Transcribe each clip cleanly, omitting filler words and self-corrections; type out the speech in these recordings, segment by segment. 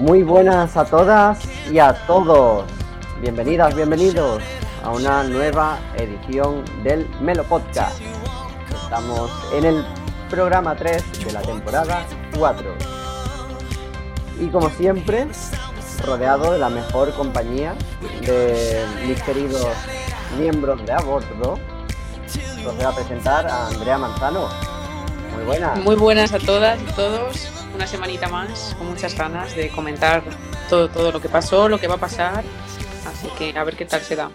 Muy buenas a todas y a todos. Bienvenidas, bienvenidos a una nueva edición del Melo Podcast. Estamos en el programa 3 de la temporada 4. Y como siempre, rodeado de la mejor compañía de mis queridos miembros de a bordo, os voy a presentar a Andrea Manzano. Muy buenas. Muy buenas a todas y todos. Una semanita más, con muchas ganas de comentar todo lo que pasó, lo que va a pasar. Así que a ver qué tal se da.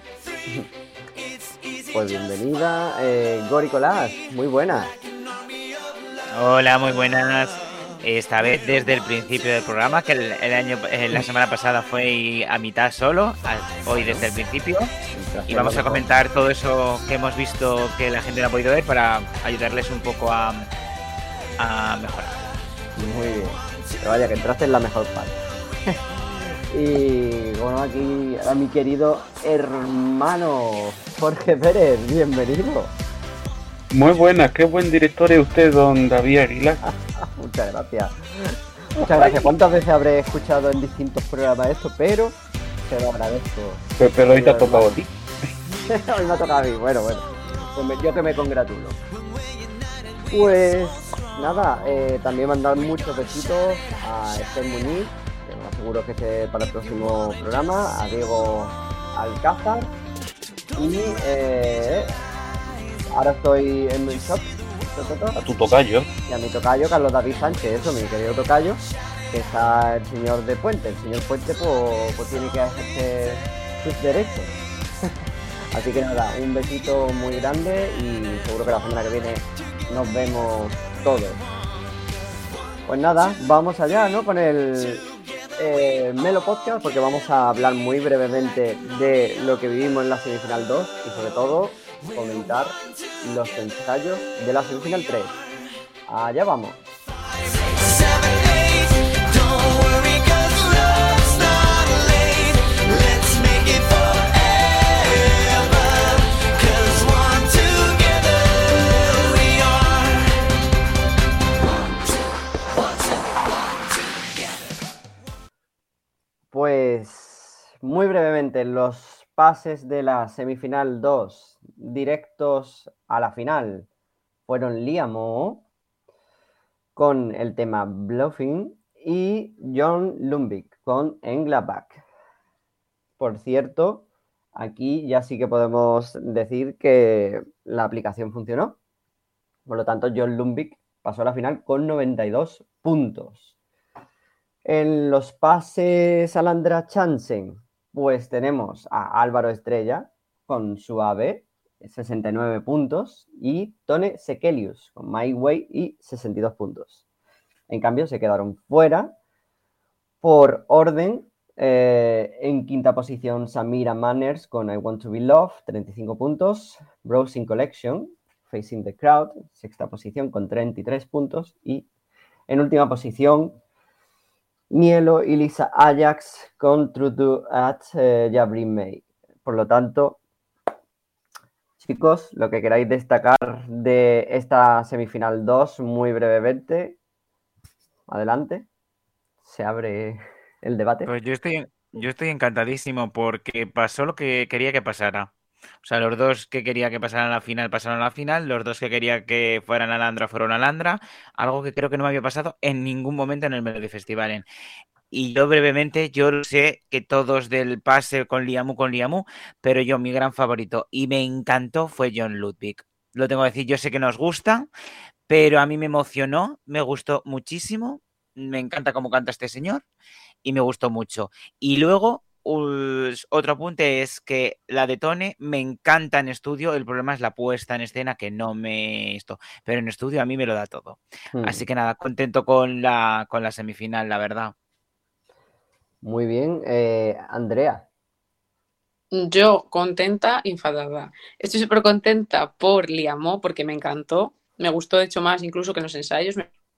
Pues bienvenida, Gori Colás. Muy buenas. Hola, muy buenas. Esta vez desde el principio del programa, que la semana pasada fue a mitad solo, hoy desde el principio. Y vamos a comentar todo eso que hemos visto que la gente no ha podido ver para ayudarles un poco a mejorar. Muy bien. Pero vaya, que entraste en la mejor parte. Y bueno, aquí a mi querido hermano Jorge Pérez, bienvenido. Muy buena, qué buen director es usted, don David Aguilar. Muchas gracias. Muchas gracias. ¿Cuántas veces habré escuchado en distintos programas esto? Pero se lo agradezco. Pero hoy te ha tocado a ti. Hoy me ha tocado a mí. Bueno. Pues yo que me congratulo. Pues nada, también mandar muchos besitos a Esther Muñiz, que me aseguro que esté para el próximo programa, a Diego Alcázar y ahora estoy en mi shop. A tu tocayo. Y a mi tocayo, Carlos David Sánchez, eso, mi querido tocayo, que está el señor de Puente. El señor Puente pues tiene que ejercer sus derechos. Así que nada, un besito muy grande y seguro que la semana que viene nos vemos todos. Pues nada, vamos allá, ¿no? Con el Melo Podcast, porque vamos a hablar muy brevemente de lo que vivimos en la semifinal 2 y sobre todo comentar los ensayos de la semifinal 3. Allá vamos. Pues muy brevemente, los pases de la semifinal 2 directos a la final fueron Liam con el tema Bluffing y John Lumbik con Englabach. Por cierto, aquí ya sí que podemos decir que la aplicación funcionó. Por lo tanto, John Lumbik pasó a la final con 92 puntos. En los pases a Landra Chansen, pues tenemos a Álvaro Estrella con su AB, 69 puntos, y Tone Sekelius con My Way y 62 puntos. En cambio, se quedaron fuera por orden. En quinta posición, Samira Manners con I Want to Be Loved, 35 puntos. Browsing Collection, Facing the Crowd, sexta posición con 33 puntos. Y en última posición, Nielo y Lisa Ajax con True to at Jabrin May. Por lo tanto, chicos, lo que queráis destacar de esta semifinal 2 muy brevemente. Adelante. Se abre el debate. Pues yo estoy encantadísimo porque pasó lo que quería que pasara. O sea, los dos que quería que pasaran a la final pasaron a la final, los dos que quería que fueran a Landra fueron a Landra, algo que creo que no me había pasado en ningún momento en el Melody Festival. Y yo brevemente, yo sé que todos del pase con Liamu, pero yo mi gran favorito y me encantó fue John Ludwig. Lo tengo que decir, yo sé que nos gusta, pero a mí me emocionó, me gustó muchísimo, me encanta cómo canta este señor y me gustó mucho. Y luego, otro apunte es que la de Tone me encanta en estudio, el problema es la puesta en escena que no me pero en estudio a mí me lo da todo. Así que nada, contento con la semifinal, la verdad. Muy bien, Andrea. Yo contenta, enfadada. Estoy súper contenta por Liam porque me encantó. Me gustó, de hecho, más incluso que en los ensayos.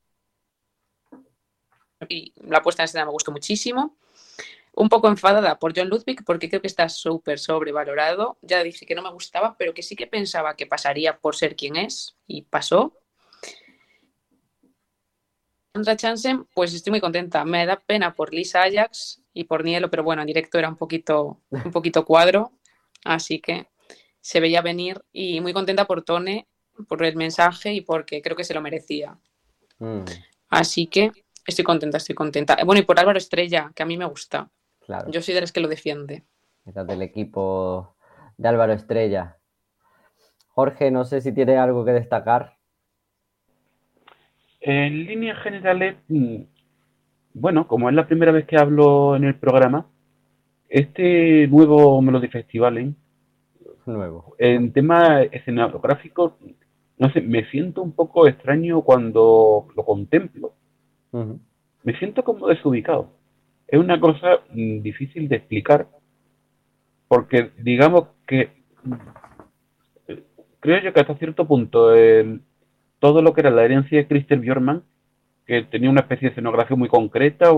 Y la puesta en escena me gustó muchísimo. Un poco enfadada por John Ludwig porque creo que está súper sobrevalorado. Ya dije que no me gustaba, pero que sí que pensaba que pasaría por ser quien es y pasó. Sandra Chansen, pues estoy muy contenta. Me da pena por Lisa Ajax y por Nielo, pero bueno, en directo era un poquito cuadro, así que se veía venir. Y muy contenta por Tone, por el mensaje y porque creo que se lo merecía. Así que estoy contenta. Bueno, y por Álvaro Estrella, que a mí me gusta. Claro. Yo soy de las que lo defiende. Estás del equipo de Álvaro Estrella. Jorge, no sé si tiene algo que destacar. En líneas generales, bueno, como es la primera vez que hablo en el programa, este nuevo Melody Festival, Nuevo. en tema escenográfico, no sé, me siento un poco extraño cuando lo contemplo. Me siento como desubicado. Es una cosa difícil de explicar, porque digamos que creo yo que hasta cierto punto todo lo que era la herencia de Christer Björkman, que tenía una especie de escenografía muy concreta,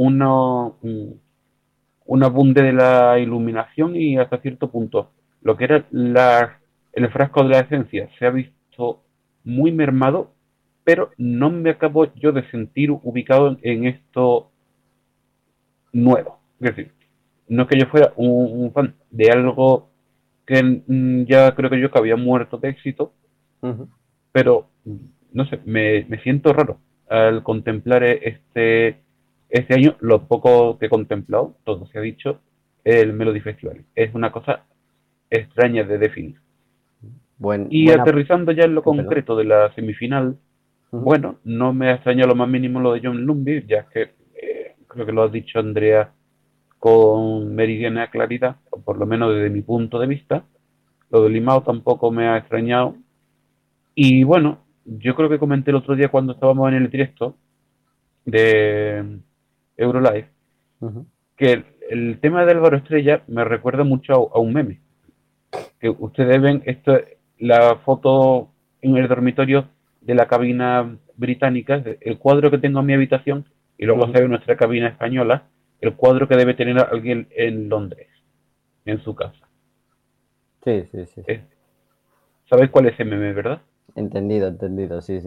una abunde de la iluminación y hasta cierto punto lo que era el frasco de la esencia se ha visto muy mermado, pero no me acabo yo de sentir ubicado en esto nuevo. Es decir, no es que yo fuera un fan de algo que ya creo que yo que había muerto de éxito, pero no sé, me siento raro al contemplar este año lo poco que he contemplado, todo se ha dicho, el Melody Festival. Es una cosa extraña de definir. Y aterrizando ya en lo concreto de la semifinal, bueno, no me ha extrañado lo más mínimo lo de John Lumbly, ya que creo que lo has dicho Andrea con meridiana claridad, o por lo menos desde mi punto de vista. Lo de Limao tampoco me ha extrañado. Y bueno, yo creo que comenté el otro día cuando estábamos en el directo de Eurolive, que el tema de Álvaro Estrella me recuerda mucho a un meme. Que ustedes ven la foto en el dormitorio de la cabina británica, el cuadro que tengo en mi habitación, y luego se ve nuestra cabina española, el cuadro que debe tener alguien en Londres, en su casa. Sí. ¿Sabéis cuál es ese meme, verdad? Entendido, sí.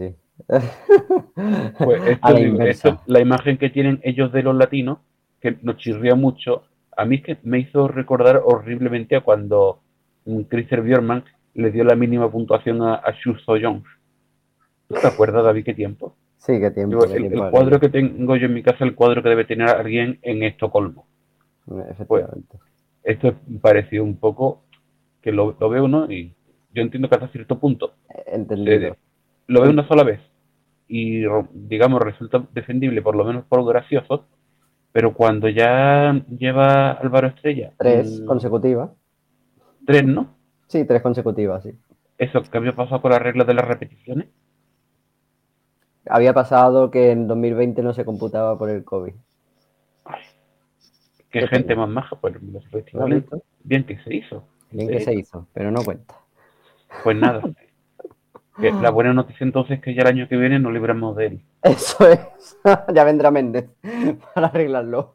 Pues esto es la imagen que tienen ellos de los latinos, que nos chirría mucho. A mí es que me hizo recordar horriblemente a cuando Christer Björkman le dio la mínima puntuación a Xu So-Jones. ¿Tú te acuerdas, David, qué tiempo? Sí, qué tiempo. El cuadro que tengo yo en mi casa es el cuadro que debe tener alguien en Estocolmo. Efectivamente. Pues, esto es parecido un poco, que lo veo, ¿no? Y yo entiendo que hasta cierto punto Entendido. lo veo una sola vez y, digamos, resulta defendible, por lo menos por gracioso, pero cuando ya lleva Álvaro Estrella... 3 consecutivas. 3, ¿no? Sí, 3 consecutivas, sí. ¿Eso que había pasado con las reglas de las repeticiones? Había pasado que en 2020 no se computaba por el COVID. Ay, qué gente más maja, pues los festivales, bien que se hizo. Bien que se hizo, pero no cuenta. Pues nada. Que la buena noticia entonces es que ya el año que viene nos libramos de él. Eso es. Ya vendrá Méndez para arreglarlo.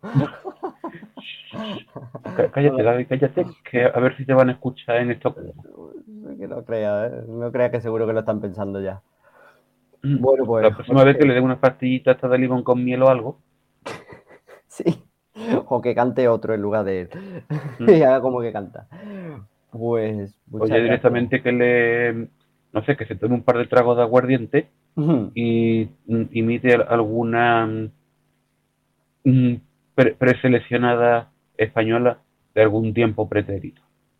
Cállate, David, cállate, que a ver si te van a escuchar en esto. Que no crea que seguro que lo están pensando ya. Bueno, pues. La próxima vez que le dé unas pastillitas de limón con miel o algo. Sí. O que cante otro en lugar de él. Y haga como que canta. Pues. Oye, directamente no sé, que se tome un par de tragos de aguardiente y imite alguna preseleccionada española de algún tiempo pretérito.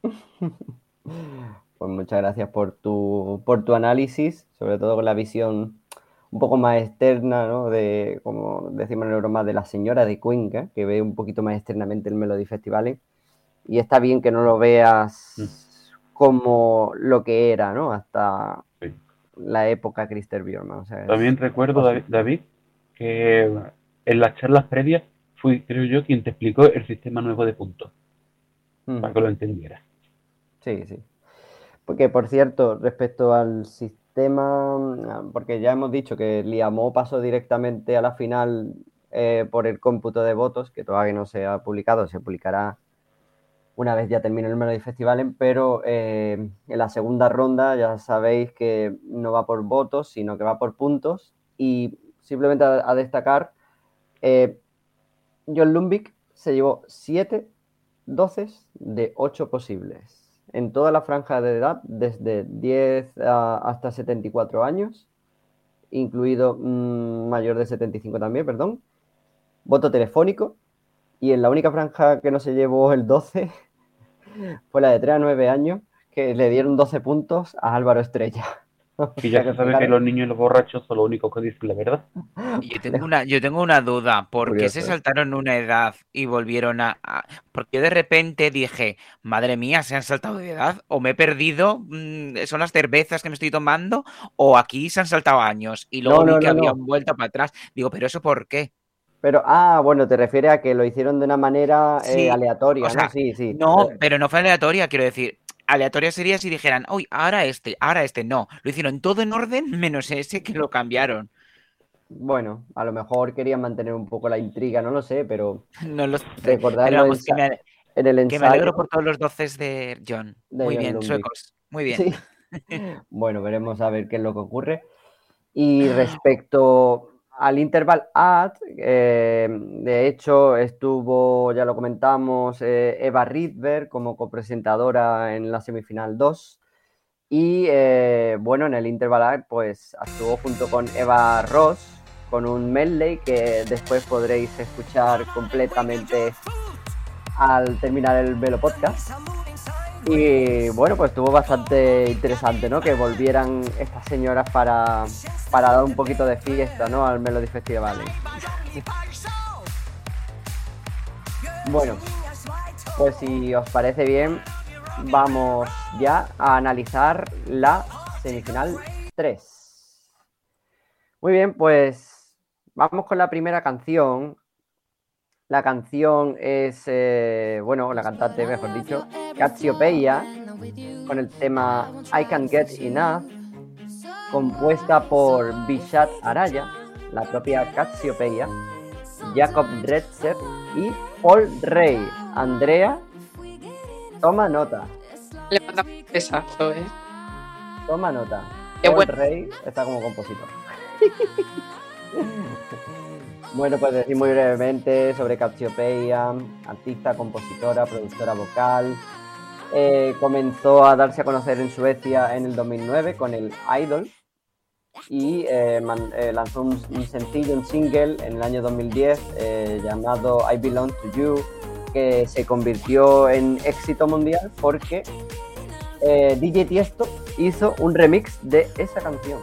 Pues muchas gracias por tu análisis, sobre todo con la visión un poco más externa, ¿no? De, como decimos en el broma, de la señora de Cuenca, que ve un poquito más externamente el Melody Festival. Y está bien que no lo veas como lo que era, ¿no? Hasta la época Christer Björkman. O sea, también recuerdo, David, que en las charlas previas fui, creo yo, quien te explicó el sistema nuevo de puntos. Para que lo entendieras. Sí. Porque, por cierto, respecto al sistema, porque ya hemos dicho que Liamó pasó directamente a la final por el cómputo de votos, que todavía no se ha publicado, se publicará una vez ya termine el Melody Festival, pero en la segunda ronda ya sabéis que no va por votos, sino que va por puntos, y simplemente a destacar, John Lundvik se llevó 7 doces de 8 posibles en toda la franja de edad, desde 10 hasta 74 años, incluido mayor de 75 también, perdón, voto telefónico, y en la única franja que no se llevó el 12 fue la de 3 a 9 años, que le dieron 12 puntos a Álvaro Estrella. Y ya se sabe que los niños y los borrachos son los únicos que dicen la verdad. Yo tengo una duda, ¿por qué se Curioso, ¿eh? saltaron una edad y volvieron Porque yo de repente dije, madre mía, ¿se han saltado de edad? ¿O me he perdido? ¿Son las cervezas que me estoy tomando? ¿O aquí se han saltado años? Y luego vi que habían vuelto para atrás. Digo, ¿pero eso por qué? Pero, bueno, te refieres a que lo hicieron de una manera Sí, aleatoria, o sea, ¿no? Sí, sí. no, pero no fue aleatoria, quiero decir. Aleatoria sería si dijeran, uy, ahora este. No, lo hicieron todo en orden menos ese que lo cambiaron. Bueno, a lo mejor querían mantener un poco la intriga, no lo sé, pero No lo sé. recordar Pero vamos, en el que me ensayo alegro por todos los doces de John. de Muy John bien, Lundvik. suecos. Muy bien. Sí. Bueno, veremos a ver qué es lo que ocurre. Y respecto al Interval Ad, de hecho estuvo, ya lo comentamos, Eva Rydberg como copresentadora en la semifinal 2. Y bueno, en el Interval Ad pues actuó junto con Eva Ross con un medley que después podréis escuchar completamente al terminar el Velo Podcast. Y bueno, pues estuvo bastante interesante, ¿no? Que volvieran estas señoras para dar un poquito de fiesta, ¿no? Al Melody Festival. Bueno, pues si os parece bien, vamos ya a analizar la semifinal 3. Muy bien, pues vamos con la primera canción. La canción es, bueno, la cantante, mejor dicho, Cassiopeia, con el tema I Can't Get Enough, compuesta por Bishat Araya, la propia Cassiopeia, Jacob Dretzer y Paul Rey. Andrea, toma nota. Le mandamos un besazo, ¿eh? Toma nota. Qué Paul bueno. Rey está como compositor. Bueno, pues decir muy brevemente sobre Cassiopeia, artista, compositora, productora vocal. Comenzó a darse a conocer en Suecia en el 2009 con el Idol y lanzó un sencillo, un single en el año 2010 llamado I Belong to You, que se convirtió en éxito mundial porque DJ Tiesto hizo un remix de esa canción.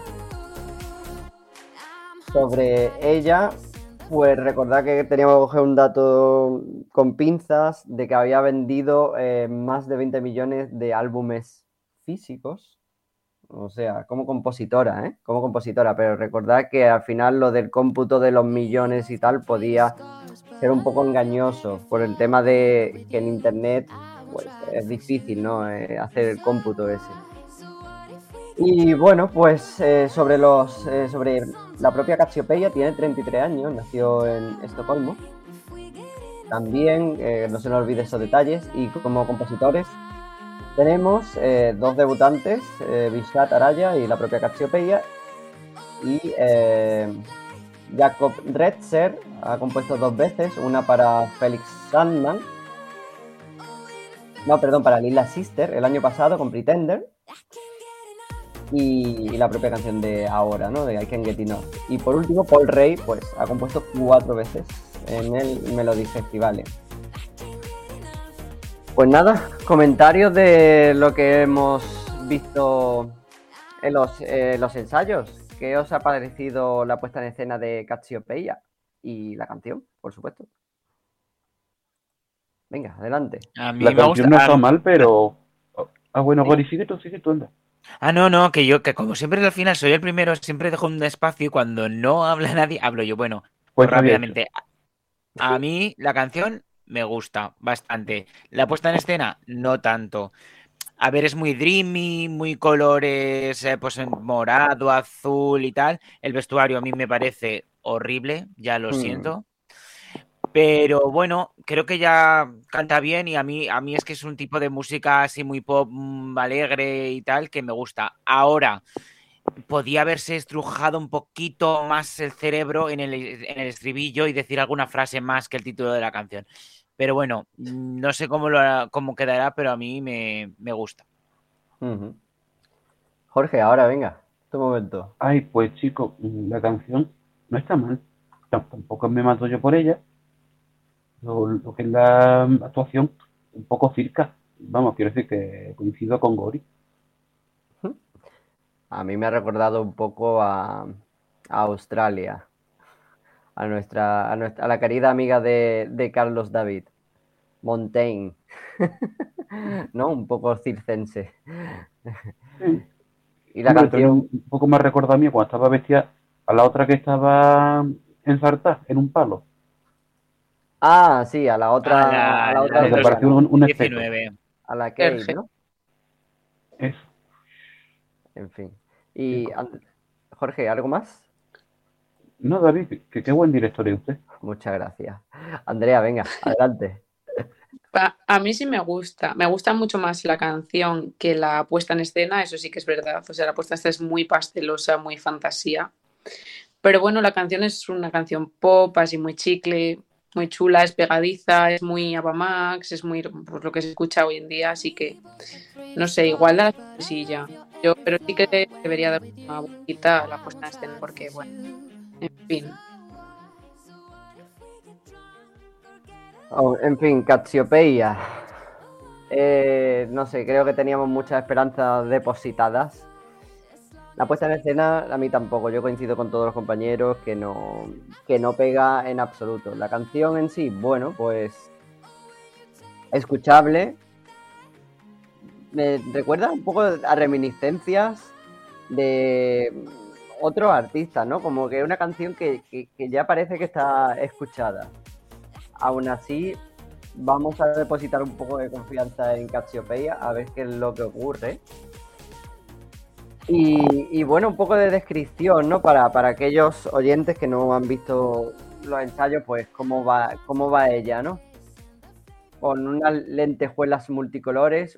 Sobre ella, pues recordad que teníamos que coger un dato con pinzas de que había vendido más de 20 millones de álbumes físicos. O sea, como compositora, ¿eh? Como compositora, pero recordad que al final lo del cómputo de los millones y tal podía ser un poco engañoso por el tema de que en internet pues, es difícil, ¿no? Hacer el cómputo ese. Y bueno, pues sobre la propia Cassiopeia, tiene 33 años, nació en Estocolmo. También, no se nos olvide esos detalles, y como compositores tenemos dos debutantes, Bishat Araya y la propia Cassiopeia, y Jacob Dretzer ha compuesto 2 veces, una para Felix Sandman, para Lila Sister el año pasado con Pretender, y la propia canción de ahora, ¿no? De I Can't Get Enough. Y por último, Paul Rey, pues ha compuesto 4 veces en el Melody Festival. Pues nada, comentarios de lo que hemos visto en los ensayos. ¿Qué os ha parecido la puesta en escena de Cassiopeia? Y la canción, por supuesto. Venga, adelante. A mí La me canción gusta. no está mal, pero... bueno, Sí. Gori, sigue tú, anda. No, que yo, que como siempre al final soy el primero, siempre dejo un espacio y cuando no habla nadie, hablo yo. Bueno, Pues rápidamente. A mí la canción me gusta bastante. La puesta en escena, no tanto. A ver, es muy dreamy, muy colores, pues en morado, azul y tal. El vestuario a mí me parece horrible, ya lo siento. Pero bueno, creo que ya canta bien y a mí es que es un tipo de música así muy pop, alegre y tal, que me gusta. Ahora, podía haberse estrujado un poquito más el cerebro en el estribillo y decir alguna frase más que el título de la canción. Pero bueno, no sé cómo quedará, pero a mí me gusta. Ujú. Jorge, ahora venga, tu momento. Ay, pues chicos, la canción no está mal. Tampoco me mato yo por ella. Lo que es la actuación, un poco circa. Vamos, quiero decir que coincido con Gori. A mí me ha recordado un poco a Australia, a la querida amiga de Carlos David, Montaigne, ¿no? Un poco circense. Sí. Y la Hombre, también canción, un poco me recordó a mí cuando estaba vestida a la otra que estaba ensartada en un palo. sí, a A a la la otra Lo del que rubia, parecía ¿no? un espeto. 2019. A la Kate, Sergio. ¿no? Eso, En fin. Y chicos. Jorge, ¿algo más? No, David, que qué buen director es usted. Muchas gracias. Andrea, venga, adelante. A mí sí me gusta. Me gusta mucho más la canción que la puesta en escena, eso sí que es verdad. O sea, la puesta en escena es muy pastelosa, muy fantasía. Pero bueno, la canción es una canción pop, así muy chicle, muy chula, es pegadiza, es muy Avamax, es muy pues, lo que se escucha hoy en día. Así que, no sé, igual la sorpresilla. Pero sí que debería dar una vueltita a la puesta en escena, porque bueno, en fin. Oh, en fin, Cassiopea. No sé, creo que teníamos muchas esperanzas depositadas. La puesta en escena, a mí tampoco. Yo coincido con todos los compañeros que no pega en absoluto. La canción en sí, bueno, pues escuchable. Me recuerda un poco a reminiscencias de otros artistas, ¿no? Como que es una canción que ya parece que está escuchada. Aún así, vamos a depositar un poco de confianza en Cassiopea a ver qué es lo que ocurre. Y bueno, un poco de descripción, ¿no? Para aquellos oyentes que no han visto los ensayos, pues cómo va ella, ¿no? Con unas lentejuelas multicolores,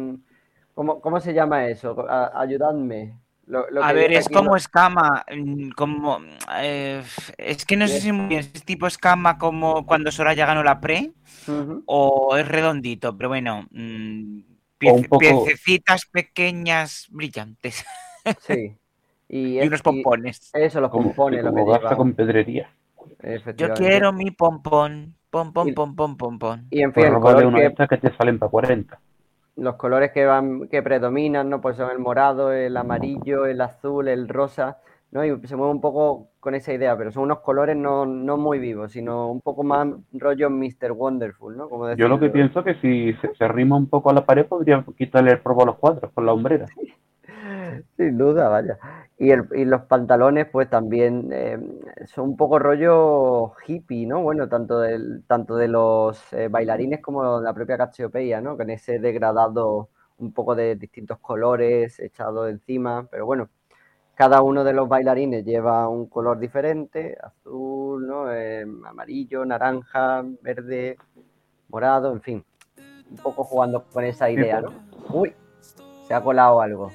¿cómo se llama eso? Ayudadme. Lo A que ver, lleva es aquí como escama, como... es que no sé si muy bien, ¿es tipo escama como cuando Soraya ganó la Pre Ujú, o es redondito? Pero bueno, O un poco, piececitas pequeñas brillantes sí. y unos Y pompones. eso, los sí, pompones, lo que como gasa lleva, con pedrería. Yo efectivamente. quiero mi pompón, Y, pompón. y en fin, Pues el róbale color una de estas que te salen para 40. los colores que predominan, ¿no? Pues son el morado, el amarillo, el azul, el rosa, ¿no? Y se mueve un poco con esa idea, pero son unos colores no muy vivos, sino un poco más rollo Mr. Wonderful, ¿no? Como Yo lo que decirlo. pienso que si se arrima un poco a la pared podría quitarle el polvo a los cuadros con la hombrera. Sin duda, vaya. Y los pantalones, pues también son un poco rollo hippie, ¿no? Bueno, tanto de los bailarines como de la propia Cassiopea, ¿no? Con ese degradado un poco de distintos colores echado encima, pero bueno, cada uno de los bailarines lleva un color diferente, azul, ¿no? Amarillo, naranja, verde, morado, en fin, un poco jugando con esa Sí, idea, pues, ¿no? Uy, se ha colado algo.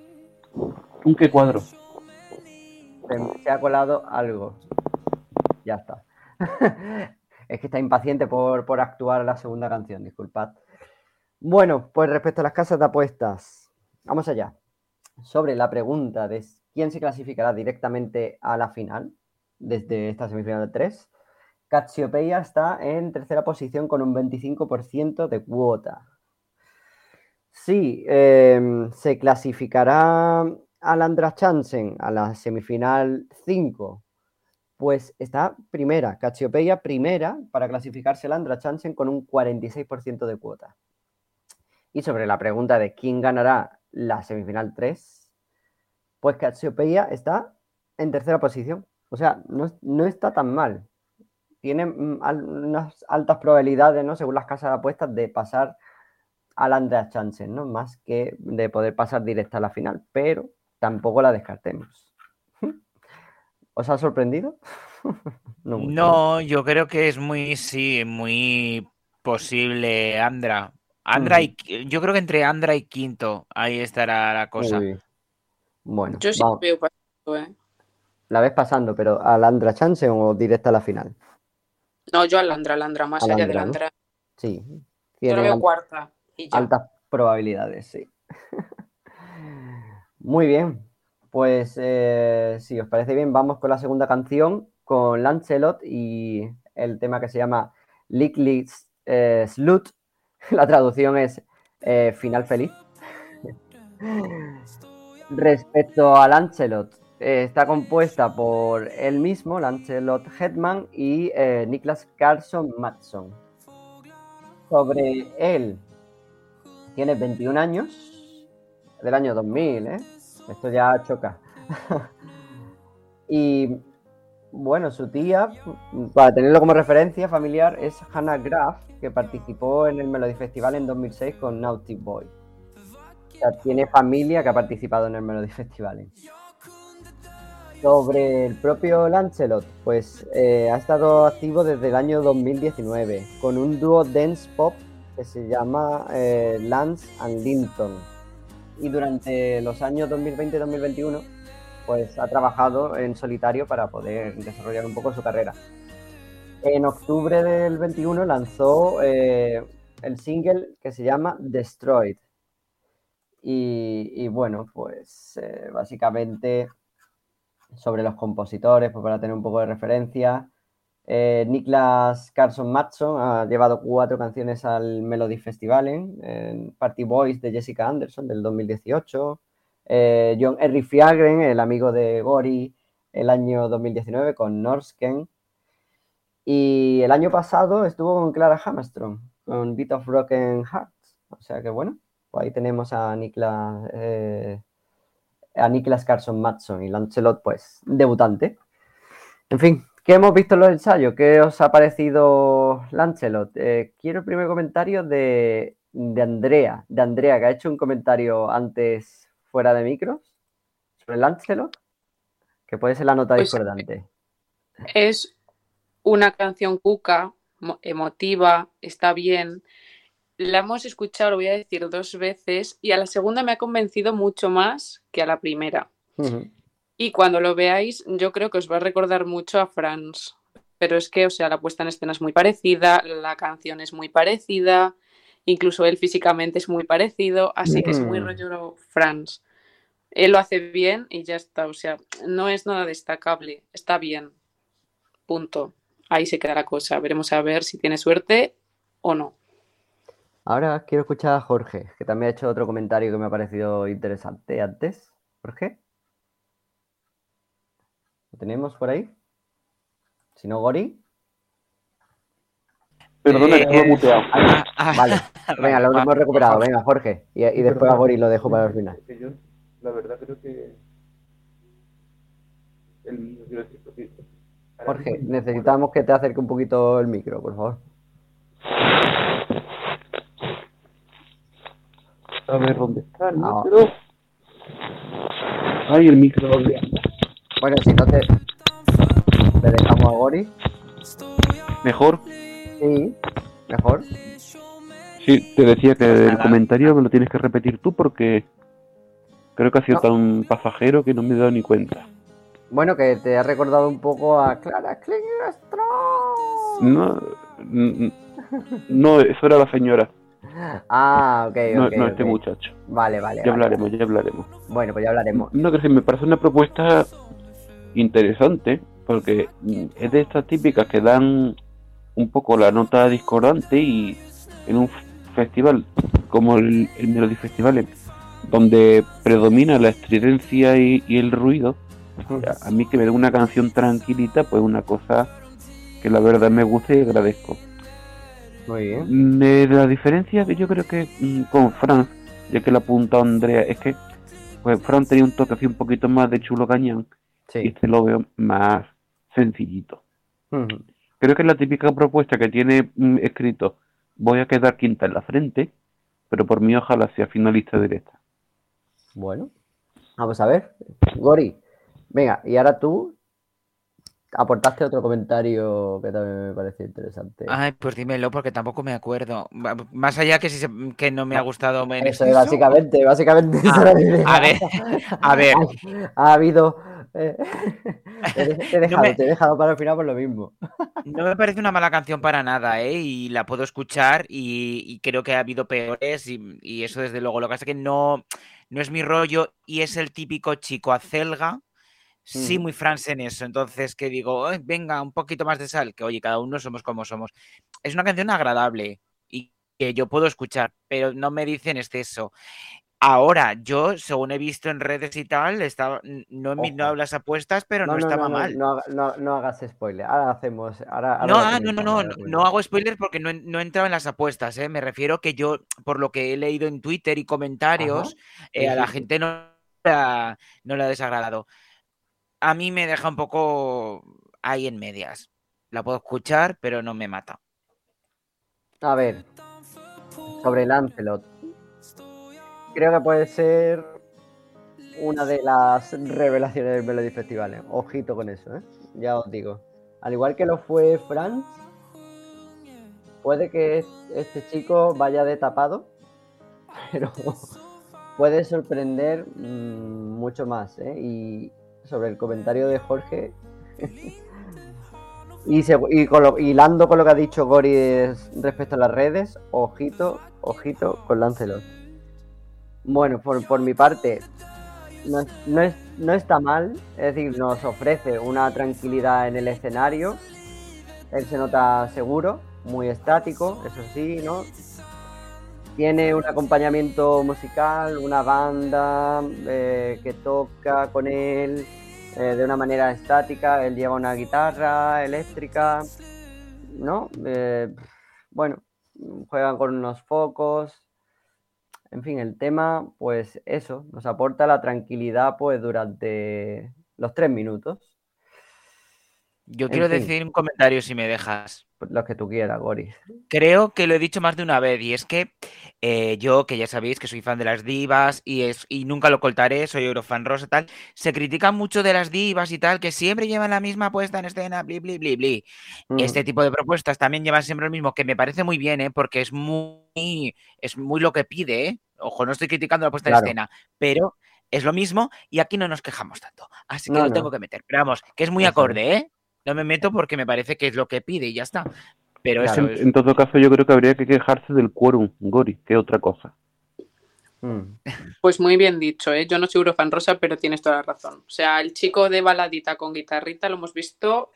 ¿un qué cuadro? Se ha colado algo. Ya está. Es que está impaciente por actuar la segunda canción, disculpad. Bueno, pues respecto a las casas de apuestas, vamos allá. Sobre la pregunta de quién se clasificará directamente a la final desde esta semifinal de 3, Cassiopea está en tercera posición con un 25% de cuota. Sí, se clasificará Alandra Chansen a la semifinal 5. Pues está primera, Cassiopea primera para clasificarse Alandra Chansen con un 46% de cuota. Y sobre la pregunta de quién ganará la semifinal 3, pues Cassiopea está en tercera posición. O sea, no está tan mal. Tiene unas altas probabilidades, ¿no? Según las casas de apuestas, de pasar al Andreas Chansen, ¿no? Más que de poder pasar directa a la final. Pero tampoco la descartemos. ¿Os ha sorprendido? No mucho, ¿no? No, yo creo que es sí, muy posible Andra. Uh -huh. Yo creo que entre Andra y Quinto ahí estará la cosa. Uy. Bueno, Yo sí vamos. veo pasando, ¿eh? La ves pasando, pero ¿a Landra Chance o directa a la final? No, yo a Landra, A más allá de Landra, ¿no? Landra. Sí, Yo la tiene veo cuarta y ya. altas probabilidades, sí. Muy bien, pues si os parece bien, vamos con la segunda canción, con Lancelot y el tema que se llama Lickly Slut. La traducción es Final Feliz. Respecto a Lancelot, está compuesta por él mismo, Lancelot Hetman, y Niklas Carlson Mattsson. Sobre él, tiene 21 años, del año 2000, ¿eh? Esto ya choca. Y bueno, su tía, para tenerlo como referencia familiar, es Hannah Graf, que participó en el Melody Festival en 2006 con Naughty Boy. O sea, tiene familia que ha participado en el Melody Festival. Sobre el propio Lancelot, pues ha estado activo desde el año 2019 con un dúo dance pop que se llama Lance and Linton. Y durante los años 2020-2021 pues ha trabajado en solitario para poder desarrollar un poco su carrera. En octubre del 21 lanzó el single que se llama Destroyed. Y bueno, pues básicamente sobre los compositores, pues para tener un poco de referencia, Niklas Carlson Mattsson ha llevado 4 canciones al Melody Festival en Party Boys de Jessica Anderson del 2018, John Henry Fjällgren, el amigo de Gori, el año 2019 con Norsken, y el año pasado estuvo con Clara Hammerström con Beat of Broken Hearts. O sea que bueno, pues ahí tenemos a Niklas Carlson Mattsson y Lancelot, pues debutante. En fin, ¿qué hemos visto en los ensayos? ¿Qué os ha parecido Lancelot? Quiero el primer comentario de Andrea, que ha hecho un comentario antes fuera de micros sobre Lancelot, que puede ser la nota Pues discordante. es una canción cuca, emotiva, está bien. La hemos escuchado, lo voy a decir 2 veces, y a la segunda me ha convencido mucho más que a la primera. Y cuando lo veáis, yo creo que os va a recordar mucho a Franz. Pero es que, o sea, la puesta en escena es muy parecida, la canción es muy parecida, incluso él físicamente es muy parecido, así que es muy rollo Franz. Él lo hace bien y ya está, o sea, no es nada destacable, está bien, punto. Ahí se queda la cosa, veremos a ver si tiene suerte o no. Ahora quiero escuchar a Jorge, que también ha hecho otro comentario que me ha parecido interesante antes. Jorge, ¿lo tenemos por ahí? Si no, Gori. Perdona, que estaba muteado. Vale, venga, lo hemos recuperado. Jorge. Venga, Jorge. Y después a Gori lo dejo para el final. Es que yo, la verdad, creo que el mío, quiero decir, porque ahora Jorge, mismo no necesitamos que te acerque un poquito el micro, por favor. puedo a ver dónde está el No. micro. Ay, el micro, ¿dónde anda? Bueno, si no te... Le dejamos a Gori. ¿Mejor? Sí, mejor. Sí, te decía que Pues el nada. comentario me lo tienes que repetir tú porque creo que ha sido No. tan pasajero que no me he dado ni cuenta. Bueno, que te ha recordado un poco a Clara Klingenstrom. No, no, eso era la señora, Ah, ok, no, ok, no ok. este muchacho. Vale, vale. Ya vale, hablaremos, vale. ya hablaremos. Bueno, pues ya hablaremos. No, que sí, me parece una propuesta interesante porque es de estas típicas que dan un poco la nota discordante y en un festival como el Melody Festival donde predomina la estridencia y el ruido, a mí que me dé una canción tranquilita, pues una cosa que la verdad me gusta y agradezco. Muy bien. La diferencia que yo creo que con Franz, ya que la apunta Andrea, es que pues Franz tenía un toque así un poquito más de chulo cañón y Sí. este lo veo más sencillito. Ujú. Creo que es la típica propuesta que tiene escrito: voy a quedar quinta en la frente, pero por mí ojalá sea finalista directa. Bueno, vamos a ver. Gori, venga, y ahora tú aportaste otro comentario que también me pareció interesante. Ay, pues dímelo, porque tampoco me acuerdo. Más allá que, que no me ha gustado en Eso, exceso. básicamente esa era la idea. A ver. Ha habido... te No me- he dejado para el final por lo mismo. No me parece una mala canción para nada, ¿eh? Y la puedo escuchar y creo que ha habido peores y eso desde luego. Lo que pasa es que no es mi rollo y es el típico chico acelga, sí muy France en eso. Entonces que digo, "Ay, venga, un poquito más de sal", que oye, cada uno somos como somos. Es una canción agradable y que yo puedo escuchar, pero no me dicen exceso. Ahora, yo, según he visto en redes y tal, no he mirado las apuestas, pero no estaba mal. No hagas spoiler. Ahora hacemos. Ahora No, lo comentamos. no hago spoilers porque no he entrado en las apuestas, ¿eh? Me refiero que yo, por lo que he leído en Twitter y comentarios, Sí, a la sí. gente no le ha desagradado. A mí me deja un poco ahí en medias. La puedo escuchar, pero no me mata. A ver, sobre Lancelot. Creo que puede ser una de las revelaciones del Melody Festival, ¿eh? Ojito con eso, ¿eh? Ya os digo. Al igual que lo fue Franz, puede que este chico vaya de tapado, pero puede sorprender mucho más, ¿eh? Y sobre el comentario de Jorge, hilando con lo que ha dicho Gori respecto a las redes, ojito con Lancelot. Bueno, por mi parte, no está mal, es decir, nos ofrece una tranquilidad en el escenario. Él se nota seguro, muy estático, eso sí, ¿no? Tiene un acompañamiento musical, una banda que toca con él de una manera estática. Él lleva una guitarra eléctrica, ¿no? Bueno, juegan con unos focos. En fin, el tema, pues eso, nos aporta la tranquilidad pues durante los 3 minutos. Yo quiero decir un comentario si me dejas. Los que tú quieras, Goris. Creo que lo he dicho más de una vez y es que yo, que ya sabéis que soy fan de las divas y nunca lo ocultaré, soy Eurofan Rosa, tal, se critica mucho de las divas y tal, que siempre llevan la misma puesta en escena, bli, bli, bli, bli. Este tipo de propuestas también llevan siempre lo mismo, que me parece muy bien, porque es muy lo que pide, ¿eh? Ojo, no estoy criticando la puesta en escena, pero es lo mismo y aquí no nos quejamos tanto, así que lo tengo que meter. Pero vamos, que es muy acorde, ¿eh? No me meto porque me parece que es lo que pide y ya está. Pero claro, eso es... En todo caso, yo creo que habría que quejarse del quórum, Gori, que otra cosa. Pues muy bien dicho, ¿eh? Yo no soy Eurofan Rosa, pero tienes toda la razón. O sea, el chico de baladita con guitarrita lo hemos visto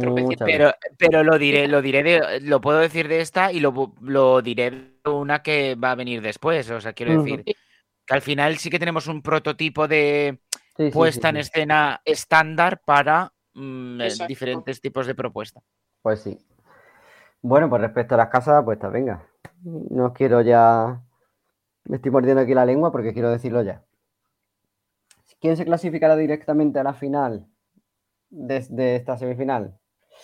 pero lo puedo decir de esta y lo diré de una que va a venir después. O sea, quiero decir que al final sí que tenemos un prototipo de puesta en escena estándar para diferentes tipos de propuesta. Pues sí. Bueno, pues respecto a las casas, pues venga. No quiero ya... Me estoy mordiendo aquí la lengua porque quiero decirlo ya. ¿Quién se clasificará directamente a la final desde esta semifinal?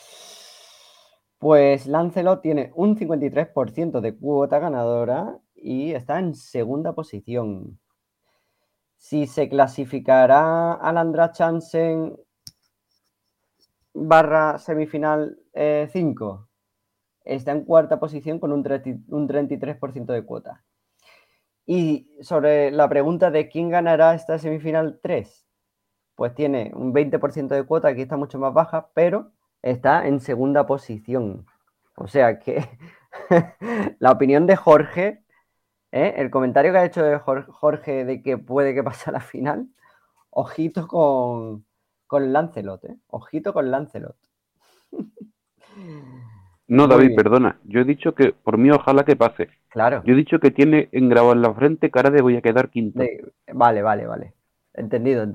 Pues Lancelot tiene un 53% de cuota ganadora y está en segunda posición. Si se clasificará Alandra Chansen / semifinal 5, está en cuarta posición con un 33% de cuota. Y sobre la pregunta de quién ganará esta semifinal 3, pues tiene un 20% de cuota, aquí está mucho más baja, pero está en segunda posición. O sea que la opinión de Jorge, el comentario que ha hecho de Jorge de que puede que pase a la final, ojito con Lancelot, ojito con Lancelot. No, David, perdona. Yo he dicho que por mí ojalá que pase. Claro. Yo he dicho que tiene engrabado en la frente cara de voy a quedar quinto. Vale. Entendido.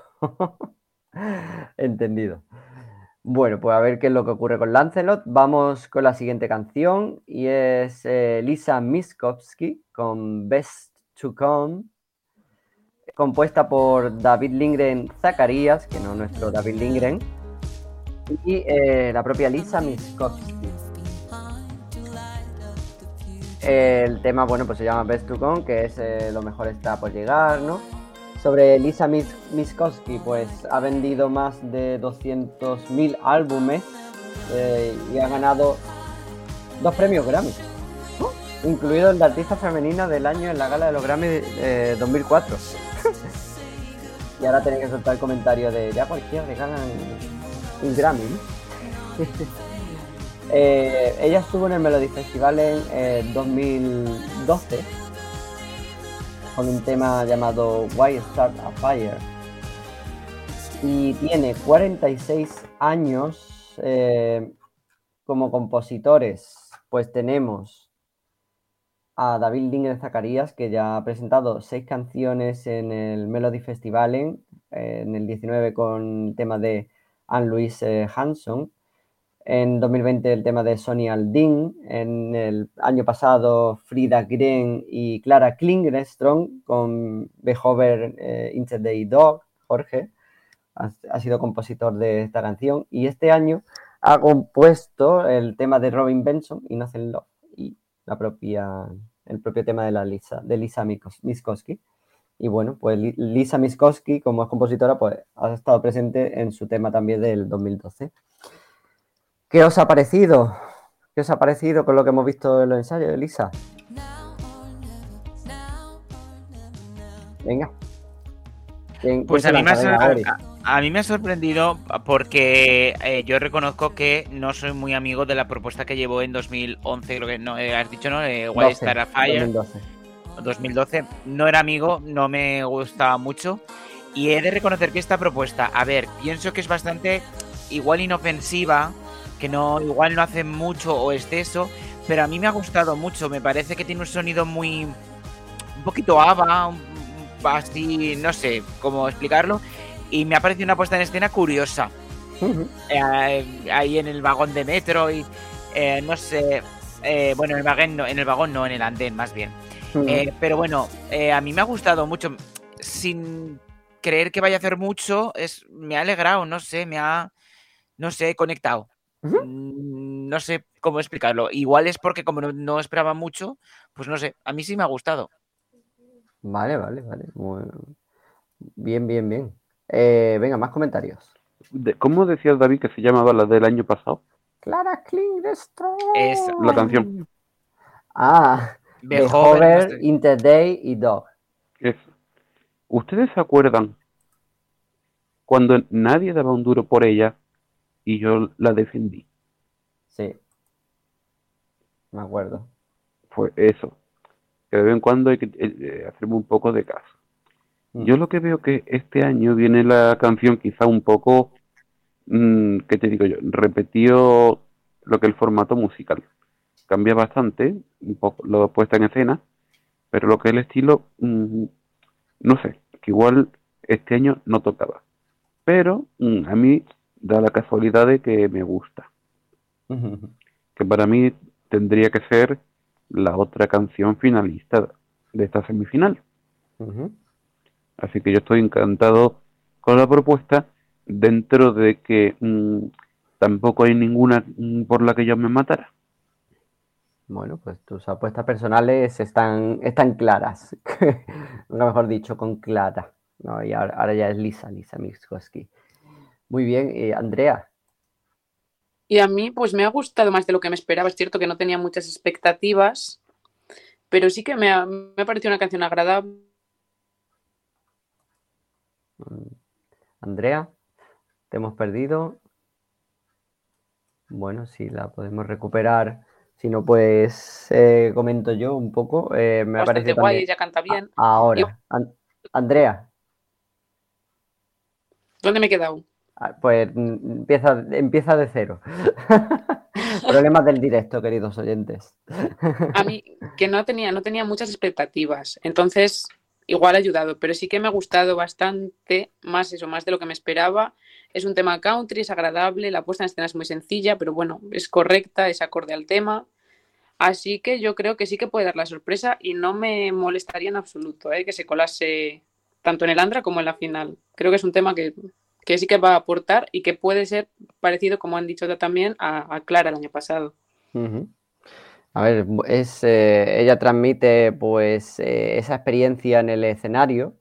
Entendido. Bueno, pues a ver qué es lo que ocurre con Lancelot. Vamos con la siguiente canción y es Lisa Miskovsky con Best to Come, compuesta por David Lindgren Zacarías, que no nuestro David Lindgren, y la propia Lisa Miskovsky. El tema, bueno, pues se llama Best to Come, que es lo mejor está por llegar, ¿no? Sobre Lisa Miscosky, pues ha vendido más de 200.000 álbumes y ha ganado 2 premios Grammy, incluido el de artista femenina del año en la gala de los Grammy 2004. Y ahora tenéis que soltar el comentario de ya cualquiera regala un Grammy, ¿no? Ella estuvo en el Melody Festival en 2012 con un tema llamado Why Start a Fire y tiene 46 años como compositores. Pues tenemos a David Lindgren Zacarías, que ya ha presentado 6 canciones en el Melody Festival en el 19 con el tema de Anne-Louise Hanson. En 2020 el tema de Sonny Aldin, en el año pasado Frida Green y Clara Klingenström con Behover Into the Dog. Jorge ha sido compositor de esta canción y este año ha compuesto el tema de Robin Benson, Innocent Love, y el propio tema de Lisa Miscosky. Y bueno, pues Lisa Miscosky, como es compositora, pues ha estado presente en su tema también del 2012. ¿Qué os ha parecido? ¿Qué os ha parecido con lo que hemos visto en los ensayos, Elisa? Venga. Pues a mí me ha sorprendido porque yo reconozco que no soy muy amigo de la propuesta que llevó en 2011, creo que no, has dicho, ¿no? Why Start a Fire. 2012. No era amigo, no me gustaba mucho. Y he de reconocer que esta propuesta, a ver, pienso que es bastante igual inofensiva, que no, igual no hace mucho o exceso, pero a mí me ha gustado mucho. Me parece que tiene un sonido un poquito ABBA, así, no sé cómo explicarlo, y me ha parecido una puesta en escena curiosa. Ahí en el vagón de metro y no sé, bueno, en el vagón no, en el andén más bien. Pero bueno, a mí me ha gustado mucho, sin creer que vaya a hacer mucho, me ha alegrado, no sé, he conectado. No sé cómo explicarlo. Igual es porque como no esperaba mucho, pues no sé, a mí sí me ha gustado. Vale. Muy bien. Venga, más comentarios. ¿Cómo decías, David, que se llamaba la del año pasado? Clara Klingenström. Esa. La canción. Behover, Into the Day y Dog. Eso. ¿Ustedes se acuerdan cuando nadie daba un duro por ella y yo la defendí? Sí. Me acuerdo. Fue eso. Que de vez en cuando hay que hacerme un poco de caso. Yo lo que veo que este año viene la canción quizá un poco, ¿qué te digo yo? Repetido lo que el formato musical. Cambia bastante, un poco lo puesta en escena, pero lo que es el estilo, no sé, que igual este año no tocaba. Pero a mí da la casualidad de que me gusta. Que para mí tendría que ser la otra canción finalista de esta semifinal. Así que yo estoy encantado con la propuesta, dentro de que tampoco hay ninguna por la que yo me matara. Bueno, pues tus apuestas personales están claras. Nunca mejor dicho, con Clara. No, y ahora ya es Lisa Miscosky. Muy bien, Andrea. Y a mí, pues me ha gustado más de lo que me esperaba. Es cierto que no tenía muchas expectativas, pero sí que me ha parecido una canción agradable. Andrea, te hemos perdido. Bueno, si la podemos recuperar. Si no, pues comento yo un poco. Me ha parecido guay, también. ella canta bien. Ahora, Andrea. ¿Dónde me he quedado? Pues empieza de cero. Problemas del directo, queridos oyentes. A mí, que no tenía muchas expectativas, entonces igual ha ayudado, pero sí que me ha gustado bastante, más de lo que me esperaba. Es un tema country, es agradable, la puesta en escena es muy sencilla, pero bueno, es correcta, es acorde al tema. Así que yo creo que sí que puede dar la sorpresa y no me molestaría en absoluto que se colase tanto en el Andra como en la final. Creo que es un tema que sí que va a aportar y que puede ser parecido, como han dicho también, a Clara el año pasado. A ver, ella transmite pues esa experiencia en el escenario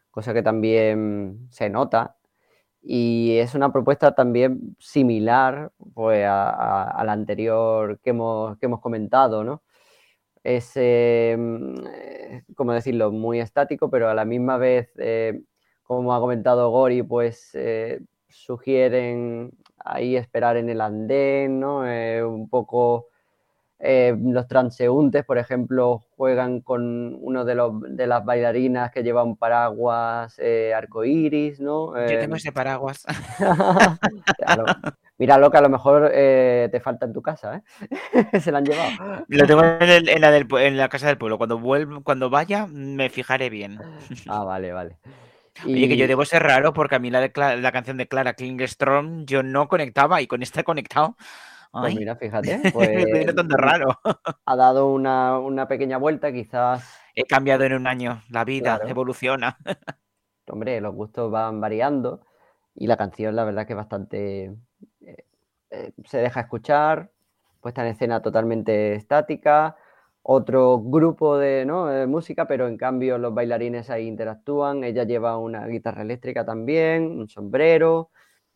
cosa que también se nota. Y es una propuesta también similar pues, a la anterior que hemos comentado, ¿no? Es, ¿cómo decirlo?, muy estático, pero a la misma vez, como ha comentado Gori, pues sugieren ahí esperar en el andén, ¿no? Un poco los transeúntes, por ejemplo, juegan con uno de las bailarinas que lleva un paraguas arcoíris, ¿no? Yo tengo ese paraguas. Claro. Míralo que a lo mejor te falta en tu casa, ¿eh? Se la han llevado. Lo tengo en la casa del pueblo. Cuando vaya, me fijaré bien. Ah, vale, vale. Oye, que yo Y debo ser raro porque a mí la canción de Clara Klingström yo no conectaba y con esta he conectado. pues Ay, mira, fíjate, me estoy pues notando raro. ha dado una pequeña vuelta, quizás, He cambiado en un año. La vida claro, evoluciona. hombre, los gustos van variando y la canción, la verdad, que es bastante. Se deja escuchar, puesta en escena totalmente estática, otro grupo de, ¿no?, de música, pero en cambio los bailarines ahí interactúan, ella lleva una guitarra eléctrica también, un sombrero,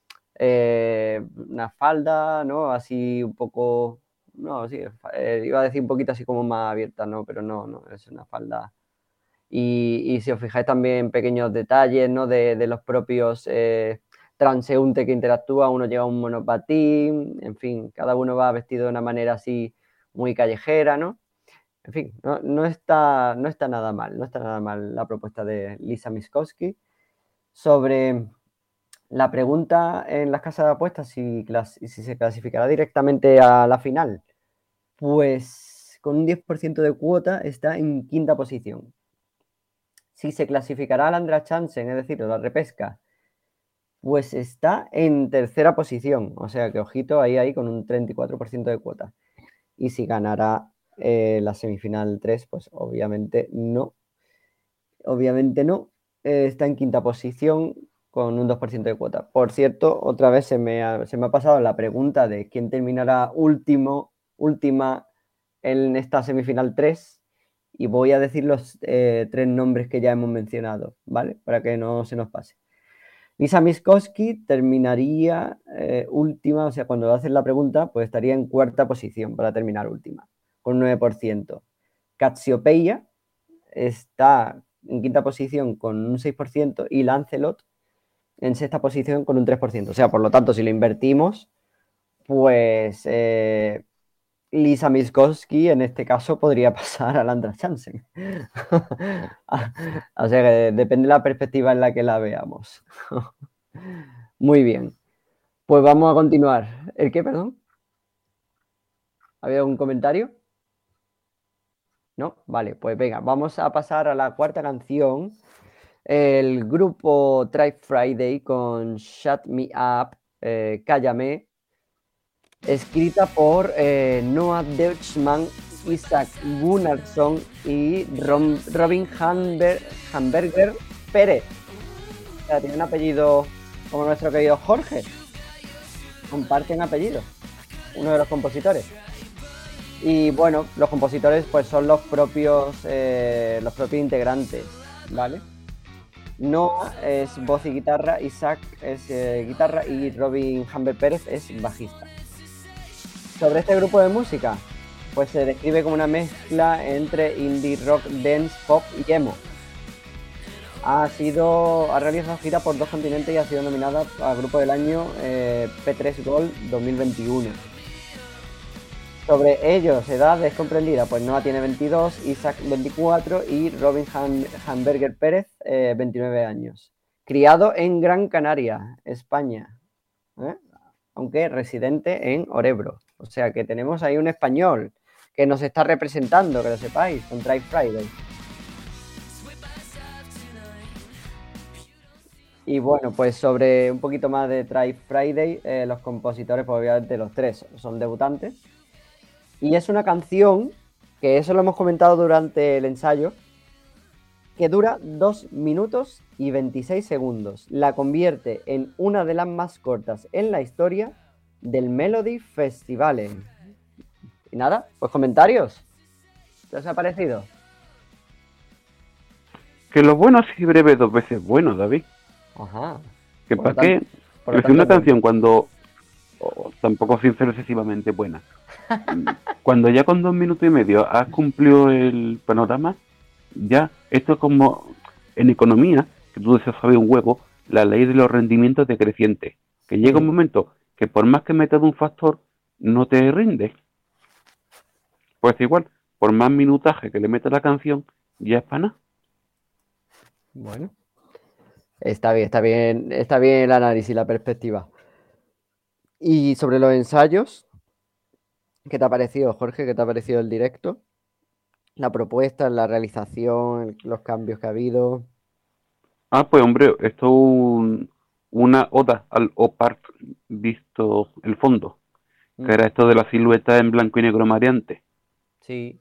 una falda, ¿no?, así un poco, no, sí, iba a decir un poquito así como más abierta, ¿no?, pero no, es una falda. Y si os fijáis también en pequeños detalles, ¿no?, de los propios transeúntes que interactúan, uno lleva un monopatín, en fin, cada uno va vestido de una manera así muy callejera, ¿no? En fin, no está nada mal, no está nada mal la propuesta de Lisa Miskovsky. Sobre la pregunta en las casas de apuestas, si se clasificará directamente a la final, pues con un 10% de cuota está en quinta posición. Si se clasificará al Andra Chansen, es decir, la repesca, pues está en tercera posición. O sea que ojito ahí con un 34% de cuota. Y si ganará la semifinal 3, pues obviamente no. Obviamente no. Está en quinta posición con un 2% de cuota. Por cierto, otra vez se me ha pasado la pregunta de quién terminará última en esta semifinal 3. Y voy a decir los 3 nombres que ya hemos mencionado, ¿vale? Para que no se nos pase. Lisa Miskovsky terminaría última, o sea, cuando haces la pregunta, pues estaría en cuarta posición para terminar última, con 9%. Cassiopeiia está en quinta posición con un 6% y Lancelot en sexta posición con un 3%. O sea, por lo tanto, si lo invertimos, pues Lisa Miskovsky en este caso podría pasar a Andra Chansen. O sea que depende de la perspectiva en la que la veamos. Muy bien. Pues vamos a continuar. ¿El qué, perdón? ¿Había algún comentario? ¿No? Vale, pues venga, vamos a pasar a la cuarta canción. El grupo Try Friday con Shut Me Up, Cállame, escrita por Noah Deutschmann, Isaac Gunnarsson y Robin Hamburger Pérez. O sea, tiene un apellido como nuestro querido Jorge. Comparten apellido, uno de los compositores. Y bueno, los compositores pues son los propios integrantes, ¿vale? Noah es voz y guitarra, Isaac es guitarra y Robin Hamber Pérez es bajista. Sobre este grupo de música, pues se describe como una mezcla entre indie rock, dance, pop y emo. Ha realizado gira por 2 continentes y ha sido nominada al Grupo del Año P3 Gold 2021. Sobre ellos, edad descomprendida, pues Noah tiene 22, Isaac 24 y Robin Hamburger Pérez 29 años. Criado en Gran Canaria, España, aunque residente en Orebro. O sea que tenemos ahí un español que nos está representando, que lo sepáis, con Try Friday. Y bueno, pues sobre un poquito más de Try Friday, los compositores, pues obviamente los 3 son debutantes. Y es una canción, que eso lo hemos comentado durante el ensayo, que dura 2 minutos y 26 segundos. La convierte en una de las más cortas en la historia del Melody Festival. Y nada, pues comentarios. ¿Qué os ha parecido? Que lo bueno así breve 2 veces bueno, David. Ajá. Que Por lo para qué tanto- por lo elegir una tanto, canción cuando tampoco sin ser excesivamente buena. Cuando ya con 2 minutos y medio has cumplido el panorama, ya esto es como en economía, que tú sabes un huevo, la ley de los rendimientos decrecientes. Que llega un momento que por más que metas un factor, no te rinde. Pues igual, por más minutaje que le metas a la canción, ya es para nada. Bueno, está bien el análisis, la perspectiva. Y sobre los ensayos, ¿qué te ha parecido, Jorge? ¿Qué te ha parecido el directo? La propuesta, la realización, los cambios que ha habido. Ah, pues hombre, esto es una oda al OPART visto el fondo, que era esto de la silueta en blanco y negro mareante. Sí.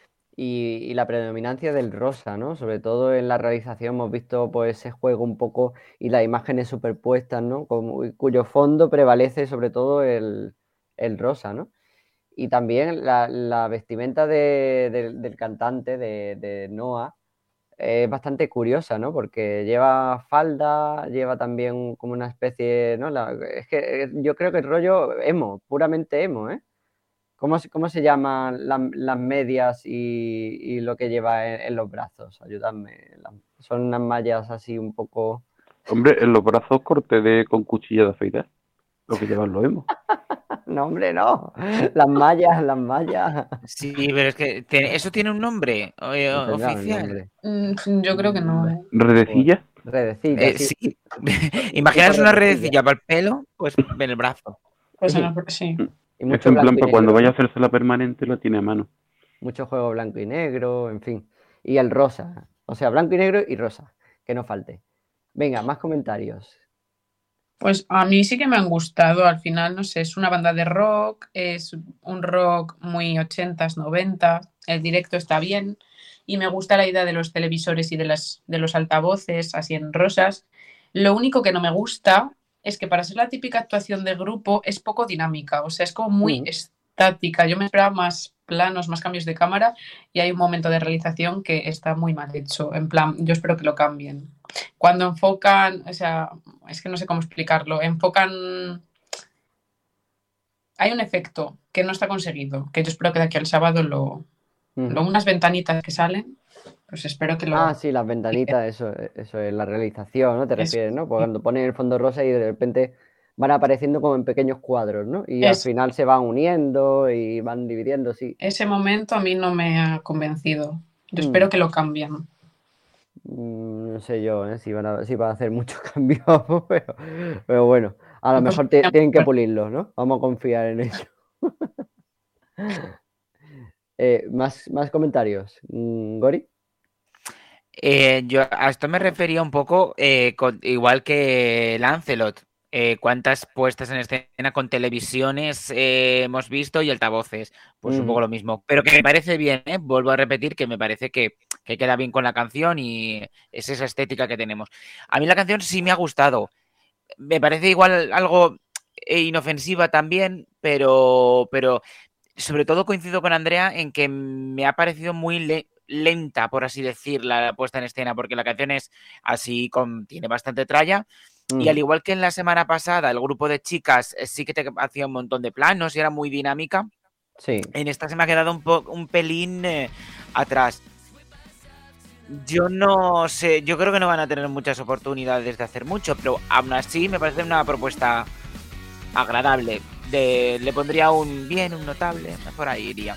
Y la predominancia del rosa, ¿no? Sobre todo en la realización hemos visto pues ese juego un poco y las imágenes superpuestas, ¿no? Cuyo fondo prevalece sobre todo el rosa, ¿no? Y también la vestimenta del cantante, de Noah, es bastante curiosa, ¿no? Porque lleva falda, lleva también como una especie, ¿no? Es que yo creo que el rollo emo, puramente emo, ¿eh? Cómo se llaman las medias y lo que lleva en los brazos? Ayudadme. Son unas mallas así un poco... Hombre, en los brazos corte con cuchilla de afeitar, lo que llevan los emos. No, hombre, no. Las mallas, las mallas. Sí, pero es que eso tiene un nombre No tendrá un oficial. nombre. Yo creo que no, ¿eh? Pues, Redecilla, redecillas, sí. Sí. Un tipo Imaginaos de una redecilla. redecilla para el pelo, pues en el brazo. Pues Sí. sí. Y eso mucho en plan blanco y para cuando negro, vaya a ¿no? hacerse la permanente lo tiene a mano. Mucho juego blanco y negro, en fin. Y el rosa. O sea, blanco y negro y rosa. Que no falte. Venga, más comentarios. Pues a mí sí que me han gustado. Al final, no sé, es una banda de rock, es un rock muy 80s, 90s. El directo está bien y me gusta la idea de los televisores y de los altavoces así en rosas. Lo único que no me gusta es que para ser la típica actuación de grupo es poco dinámica, o sea, es como muy estática. Yo me esperaba más planos, más cambios de cámara y hay un momento de realización que está muy mal hecho. En plan, yo espero que lo cambien. Cuando enfocan, o sea, es que no sé cómo explicarlo, enfocan... Hay un efecto que no está conseguido, que yo espero que de aquí al sábado unas ventanitas que salen, pues espero que Ah, lo... sí, las ventanitas, eso es la realización, ¿no? Te Es, refieres, ¿no? Pues cuando ponen el fondo rosa y de repente van apareciendo como en pequeños cuadros, ¿no? Y al es, final se van uniendo y van dividiendo, sí. ese momento a mí no me ha convencido. Yo Mm, espero que lo cambien. no sé yo, ¿eh? Si van a hacer muchos cambios, pero bueno, a lo Pues, mejor tienen que pulirlo, ¿no? Vamos a confiar en eso. Más comentarios. ¿Gori? Yo a esto me refería un poco, igual que Lancelot. ¿Cuántas puestas en escena con televisiones hemos visto y altavoces? Pues un poco lo mismo. Pero que me parece bien, ¿eh? Vuelvo a repetir que me parece que queda bien con la canción y es esa estética que tenemos. A mí la canción sí me ha gustado. Me parece igual algo inofensiva también, pero sobre todo coincido con Andrea en que me ha parecido muy lenta, por así decir, la puesta en escena, porque la canción es así, tiene bastante tralla. Y al igual que en la semana pasada, el grupo de chicas sí que te hacía un montón de planos y era muy dinámica, Sí. en esta se me ha quedado un pelín atrás. Yo no sé, yo creo que no van a tener muchas oportunidades de hacer mucho, pero aún así me parece una propuesta agradable. Le pondría un bien, un notable, por ahí iría.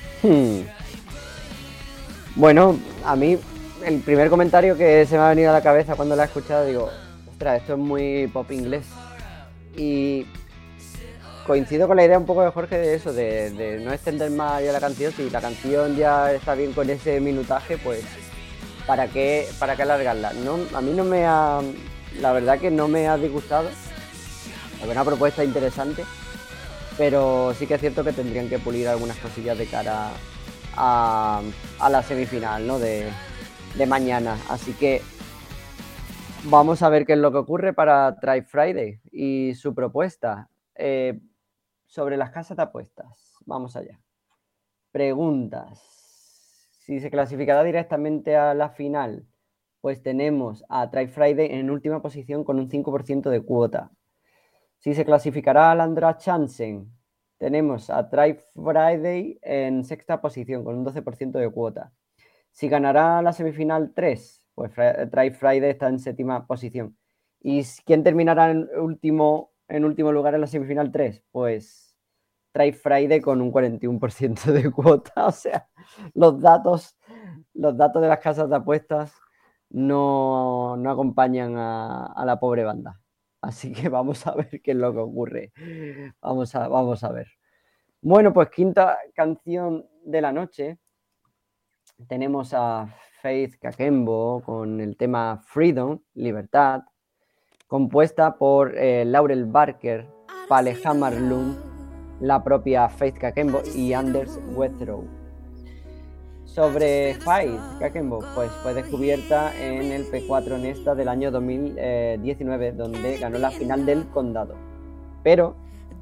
Bueno, a mí el primer comentario que se me ha venido a la cabeza cuando la he escuchado, digo, ostras, esto es muy pop inglés. Y coincido con la idea un poco de Jorge de eso, de no extender más ya la canción. Si la canción ya está bien con ese minutaje, pues ¿para qué alargarla? No, a mí no me ha, la verdad que no me ha disgustado. Es una propuesta interesante, pero sí que es cierto que tendrían que pulir algunas cosillas de cara a la semifinal, ¿no? de mañana. Así que vamos a ver qué es lo que ocurre para Try Friday y su propuesta. Sobre las casas de apuestas, vamos allá. Preguntas. Si se clasificará directamente a la final, pues tenemos a Try Friday en última posición con un 5% de cuota. Si se clasificará Alandra Chansen, tenemos a Try Friday en sexta posición con un 12% de cuota. Si ganará la semifinal 3, pues Try Friday está en séptima posición. ¿Y quién terminará en último lugar en la semifinal 3? Pues Try Friday con un 41% de cuota. O sea, los datos de las casas de apuestas no acompañan a la pobre banda. Así que vamos a ver qué es lo que ocurre. Vamos a ver. Bueno, pues quinta canción de la noche. Tenemos a Faith Kakembo con el tema Freedom, Libertad, compuesta por Laurel Barker, Pale Hammarlund, la propia Faith Kakembo y Anders Wethrow. Sobre Faith Kakembo, pues fue descubierta en el P4 Nesta del año 2019, donde ganó la final del condado. Pero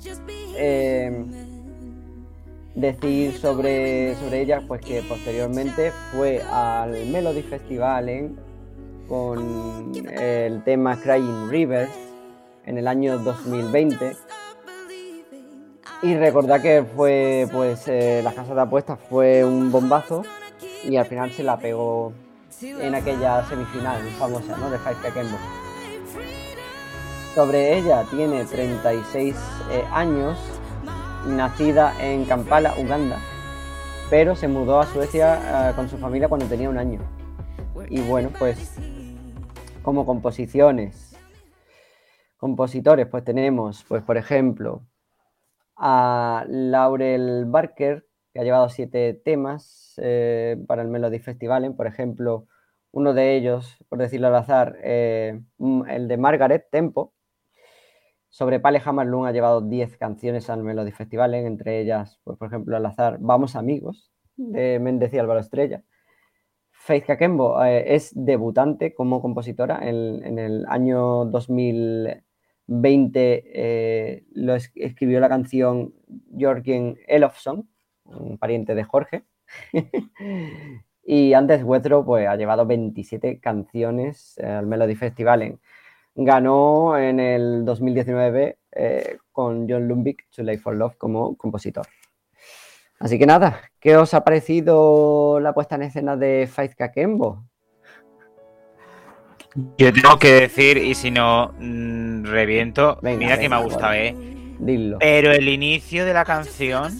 decir sobre ella, pues que posteriormente fue al Melody Festival con el tema Crying Rivers en el año 2020. Y recordad que fue, pues, las casas de apuestas fue un bombazo y al final se la pegó en aquella semifinal famosa, ¿no?, de Faith Kakembo. Sobre ella, tiene 36 años, nacida en Kampala, Uganda, pero se mudó a Suecia con su familia cuando tenía 1 año. Y bueno, pues como compositores, pues tenemos, pues por ejemplo, a Laurel Barker, que ha llevado 7 temas para el Melody Festival. Por ejemplo, uno de ellos, por decirlo al azar, el de Margaret, Tempo. Sobre Pale Hammarlund ha llevado 10 canciones al Melody Festival, entre ellas, pues por ejemplo, al azar, Vamos Amigos, de Méndez y Álvaro Estrella. Faith Kakembo es debutante como compositora. En el año 2020 escribió la canción Jörgen Elofsson, un pariente de Jorge. Y Anders Wethrow pues ha llevado 27 canciones al Melody Festival. Ganó en el 2019 con John Lundvik Too Late for Love como compositor. Así que nada, ¿qué os ha parecido la puesta en escena de Faith Kakembo? Yo tengo que decir, y si no reviento, venga, que me ha gustado, Dilo. Pero el inicio de la canción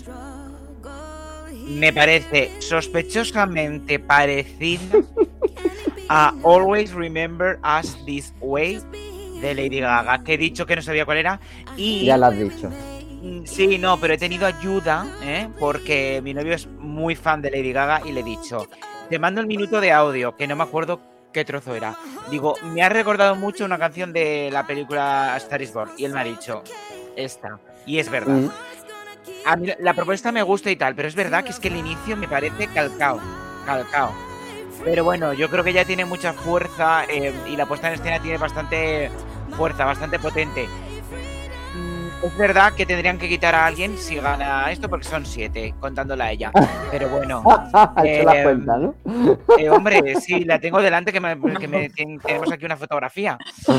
me parece sospechosamente parecido a Always Remember Us This Way de Lady Gaga, que he dicho que no sabía cuál era. Y ya lo has dicho. Sí, no, pero he tenido ayuda, porque mi novio es muy fan de Lady Gaga y le he dicho, te mando el minuto de audio, que no me acuerdo qué trozo era. Digo, me ha recordado mucho una canción de la película Star is Born, y él me ha dicho, esta, y es verdad. A mí la propuesta me gusta y tal, pero es verdad que es que el inicio me parece calcao. Pero bueno, yo creo que ya tiene mucha fuerza y la puesta en escena tiene bastante fuerza, bastante potente. Es verdad que tendrían que quitar a alguien si gana esto, porque son 7, contándola a ella. Pero bueno. ¿Te das cuenta, no? Hombre, sí, la tengo delante, tenemos aquí una fotografía.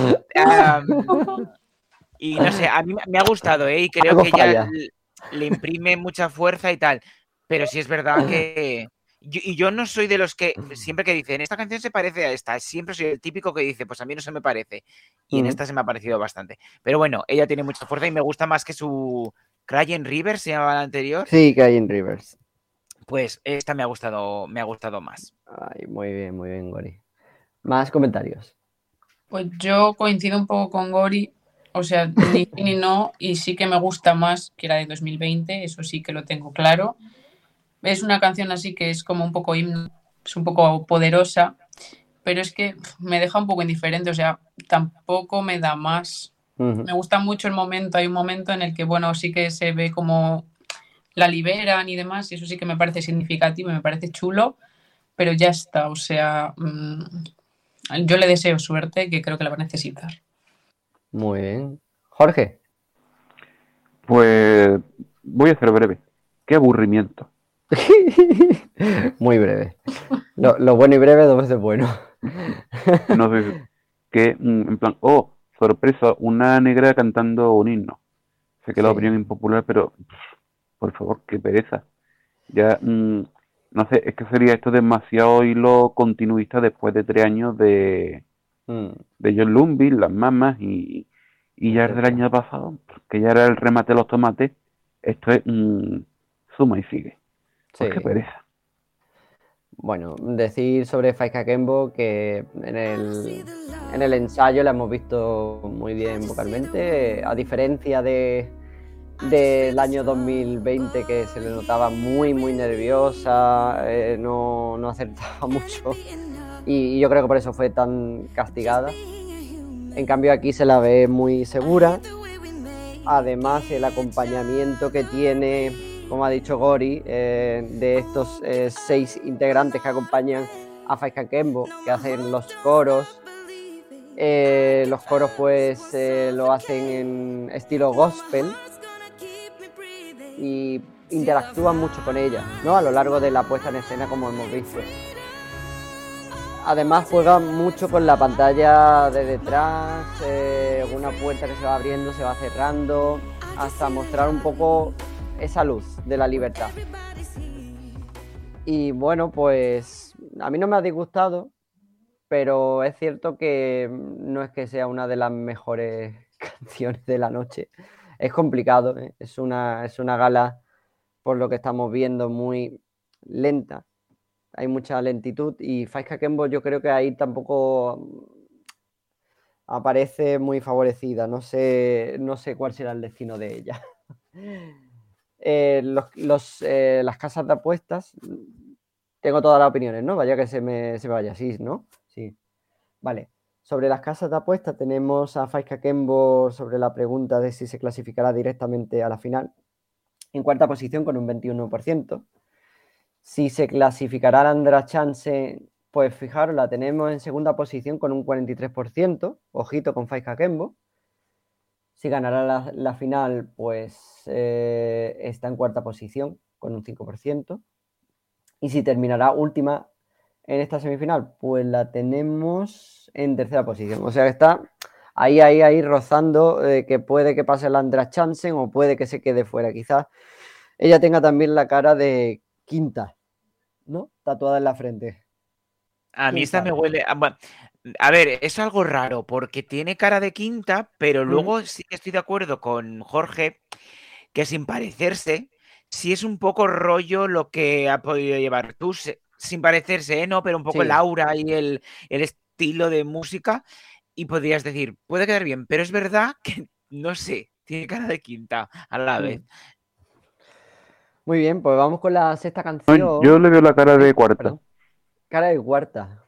Y no sé, a mí me ha gustado, y creo que ella le imprime mucha fuerza y tal. Pero sí es verdad que... Yo no soy de los que, siempre que dicen, esta canción se parece a esta, siempre soy el típico que dice, pues a mí no se me parece. Y en esta se me ha parecido bastante. Pero bueno, ella tiene mucha fuerza y me gusta más que su Crying Rivers, ¿se llamaba la anterior? Sí, Crying Rivers. Pues esta me ha gustado más. Ay, muy bien, Gori. ¿Más comentarios? Pues yo coincido un poco con Gori, o sea, ni sí ni no, y sí que me gusta más que la de 2020, eso sí que lo tengo claro. Es una canción así que es como un poco himno, es un poco poderosa, pero es que me deja un poco indiferente, o sea, tampoco me da más. Me gusta mucho el momento, hay un momento en el que, bueno, sí que se ve como la liberan y demás, y eso sí que me parece significativo, me parece chulo, pero ya está, o sea, yo le deseo suerte, que creo que la va a necesitar. Muy bien. Jorge. Pues voy a ser breve. ¡Qué aburrimiento! Muy breve. Lo bueno y breve 2 veces bueno. No sé, que en plan, oh, sorpresa, una negra cantando un himno. Sé que la Sí. opinión impopular, pero por favor, qué pereza. Ya, no sé, es que sería esto demasiado hilo continuista después de 3 años Mm, de John Lumbly, las mamas y es ya es del cierto. año pasado, que ya era el remate de los tomates. Esto es suma y sigue. Pues qué Sí. pereza. Bueno, decir sobre Faika Kembo que en el ensayo la hemos visto muy bien vocalmente, a diferencia del año 2020 que se le notaba muy nerviosa, no acertaba mucho y yo creo que por eso fue tan castigada. En cambio aquí se la ve muy segura. Además el acompañamiento que tiene, como ha dicho Gori, de estos 6 integrantes que acompañan a Faika Kembo, que hacen los coros. Los coros pues lo hacen en estilo gospel y interactúan mucho con ella, ¿no? A lo largo de la puesta en escena, como hemos visto. Además juega mucho con la pantalla de detrás, una puerta que se va abriendo, se va cerrando, hasta mostrar un poco esa luz de la libertad. Y bueno, pues a mí no me ha disgustado, pero es cierto que no es que sea una de las mejores canciones de la noche. Es complicado, ¿eh? Es una gala, por lo que estamos viendo, muy lenta. Hay mucha lentitud y Faika Kembo yo creo que ahí tampoco aparece muy favorecida. No sé cuál será el destino de ella. Las casas de apuestas, tengo todas las opiniones, ¿no? Vaya que se me vaya, sí, ¿no? Sí. Vale. Sobre las casas de apuestas tenemos a Faika Kembo sobre la pregunta de si se clasificará directamente a la final. En cuarta posición con un 21%. Si se clasificará Landra Chance, pues fijaros, la tenemos en segunda posición con un 43%. Ojito con Faika Kembo. Si ganará la final, pues está en cuarta posición con un 5%. Y si terminará última en esta semifinal, pues la tenemos en tercera posición. O sea que está ahí rozando, que puede que pase la Andra Chansen o puede que se quede fuera. Quizás ella tenga también la cara de quinta, ¿no? Tatuada en la frente. A mí ¿Quién esta me sabe? huele. Bueno, a ver, es algo raro porque tiene cara de quinta, pero Mm, luego sí que estoy de acuerdo con Jorge que sin parecerse, sí es un poco rollo lo que ha podido llevar tú, sin parecerse, ¿eh? No, pero un poco el sí. aura y el estilo de música. Y podrías decir, puede quedar bien, pero es verdad que no sé, tiene cara de quinta a la vez. Mm. Muy bien, pues vamos con la sexta No, yo canción. le veo la cara de Ay, cuarta. perdón. Cara de cuarta.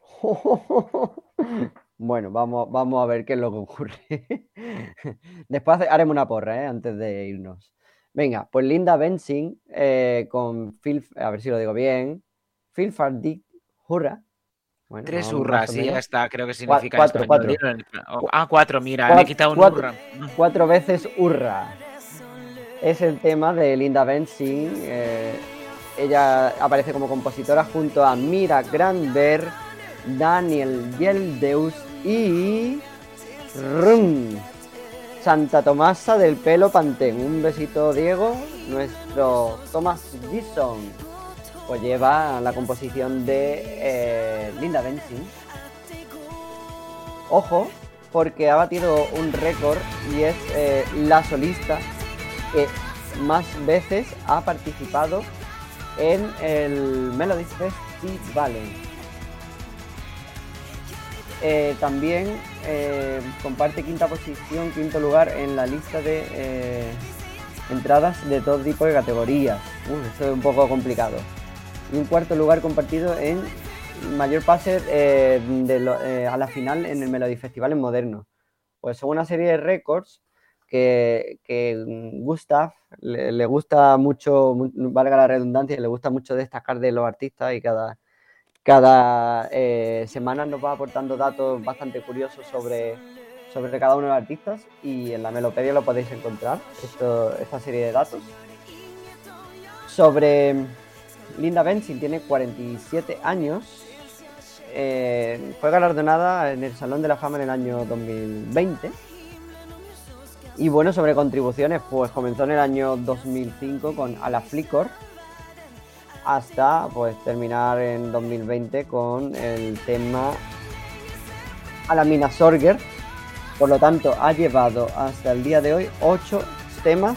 Bueno, vamos a ver qué es lo que ocurre. Después haremos una porra, antes de irnos. Venga, pues Linda Bensing con Phil, a ver si lo digo bien. Phil Fardick Hurra. Bueno, Tres más o hurras, y ya menos. está, creo que significa en Cuatro, español. cuatro. Dilo Cu- cuatro, mira, le he cuat- quitado un cuatro, hurra. cuatro veces Hurra. Es el tema de Linda Bensing. Ella aparece como compositora junto a Mira Granberg, Daniel Yeldeus y Santa Tomasa del Pelo Pantén. Un besito, Diego. Nuestro Thomas Gison pues lleva la composición de Linda Bensing. Ojo, porque ha batido un récord y es la solista que más veces ha participado en el Melody Festival. También comparte quinto lugar en la lista de entradas de todo tipo de categorías. Esto es un poco complicado. Y un cuarto lugar compartido en mayor pase a la final en el Melody Festival en Moderno. Pues son una serie de récords que Gustav le gusta mucho, valga la redundancia, le gusta mucho destacar de los artistas y cada semana nos va aportando datos bastante curiosos sobre cada uno de los artistas y en la Melopedia lo podéis encontrar, esta serie de datos. Sobre Linda Bensing, tiene 47 años, fue galardonada en el Salón de la Fama en el año 2020. Y bueno, sobre contribuciones, pues comenzó en el año 2005 con A la Flickr, hasta pues terminar en 2020 con el tema A la Mina Sorger. Por lo tanto, ha llevado hasta el día de hoy 8 temas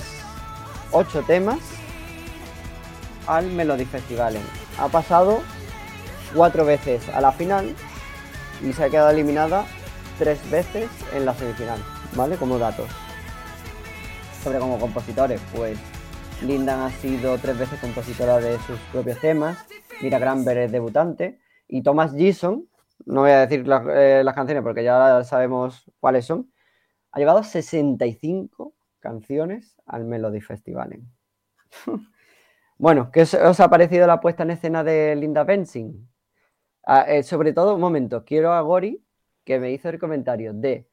al Melody Festival. Ha pasado 4 veces a la final y se ha quedado eliminada 3 veces en la semifinal, ¿vale? Como datos. Sobre como compositores, pues Lindan ha sido 3 veces compositora de sus propios temas, Mira Granberg es debutante, y Thomas Gison, no voy a decir las canciones porque ya sabemos cuáles son, ha llevado 65 canciones al Melody Festival. Bueno, ¿qué os ha parecido la puesta en escena de Linda Bensing? Sobre todo, un momento, quiero a Gori que me hizo el comentario de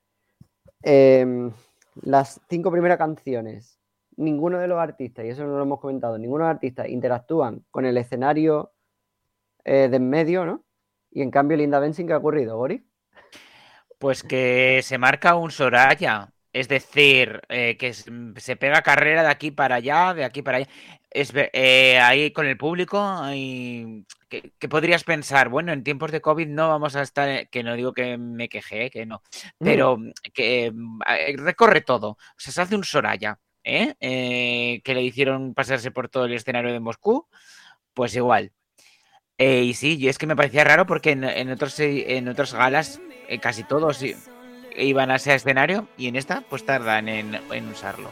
las 5 primeras canciones. Ninguno de los artistas, y eso no lo hemos comentado, ninguno de los artistas interactúan con el escenario de en medio, ¿no? Y en cambio, Linda Bensing, ¿qué ha ocurrido, Gori? Pues que se marca un Soraya, es decir, que se pega carrera de aquí para allá, de aquí para allá. Ahí con el público, ¿qué podrías pensar? Bueno, en tiempos de COVID no vamos a estar, que no digo que me quejé, que no, pero que recorre todo. O sea, se hace un Soraya, que le hicieron pasarse por todo el escenario de Moscú, pues igual. Y sí, y es que me parecía raro porque en otros galas casi todos iban a ese escenario y en esta pues tardan en usarlo.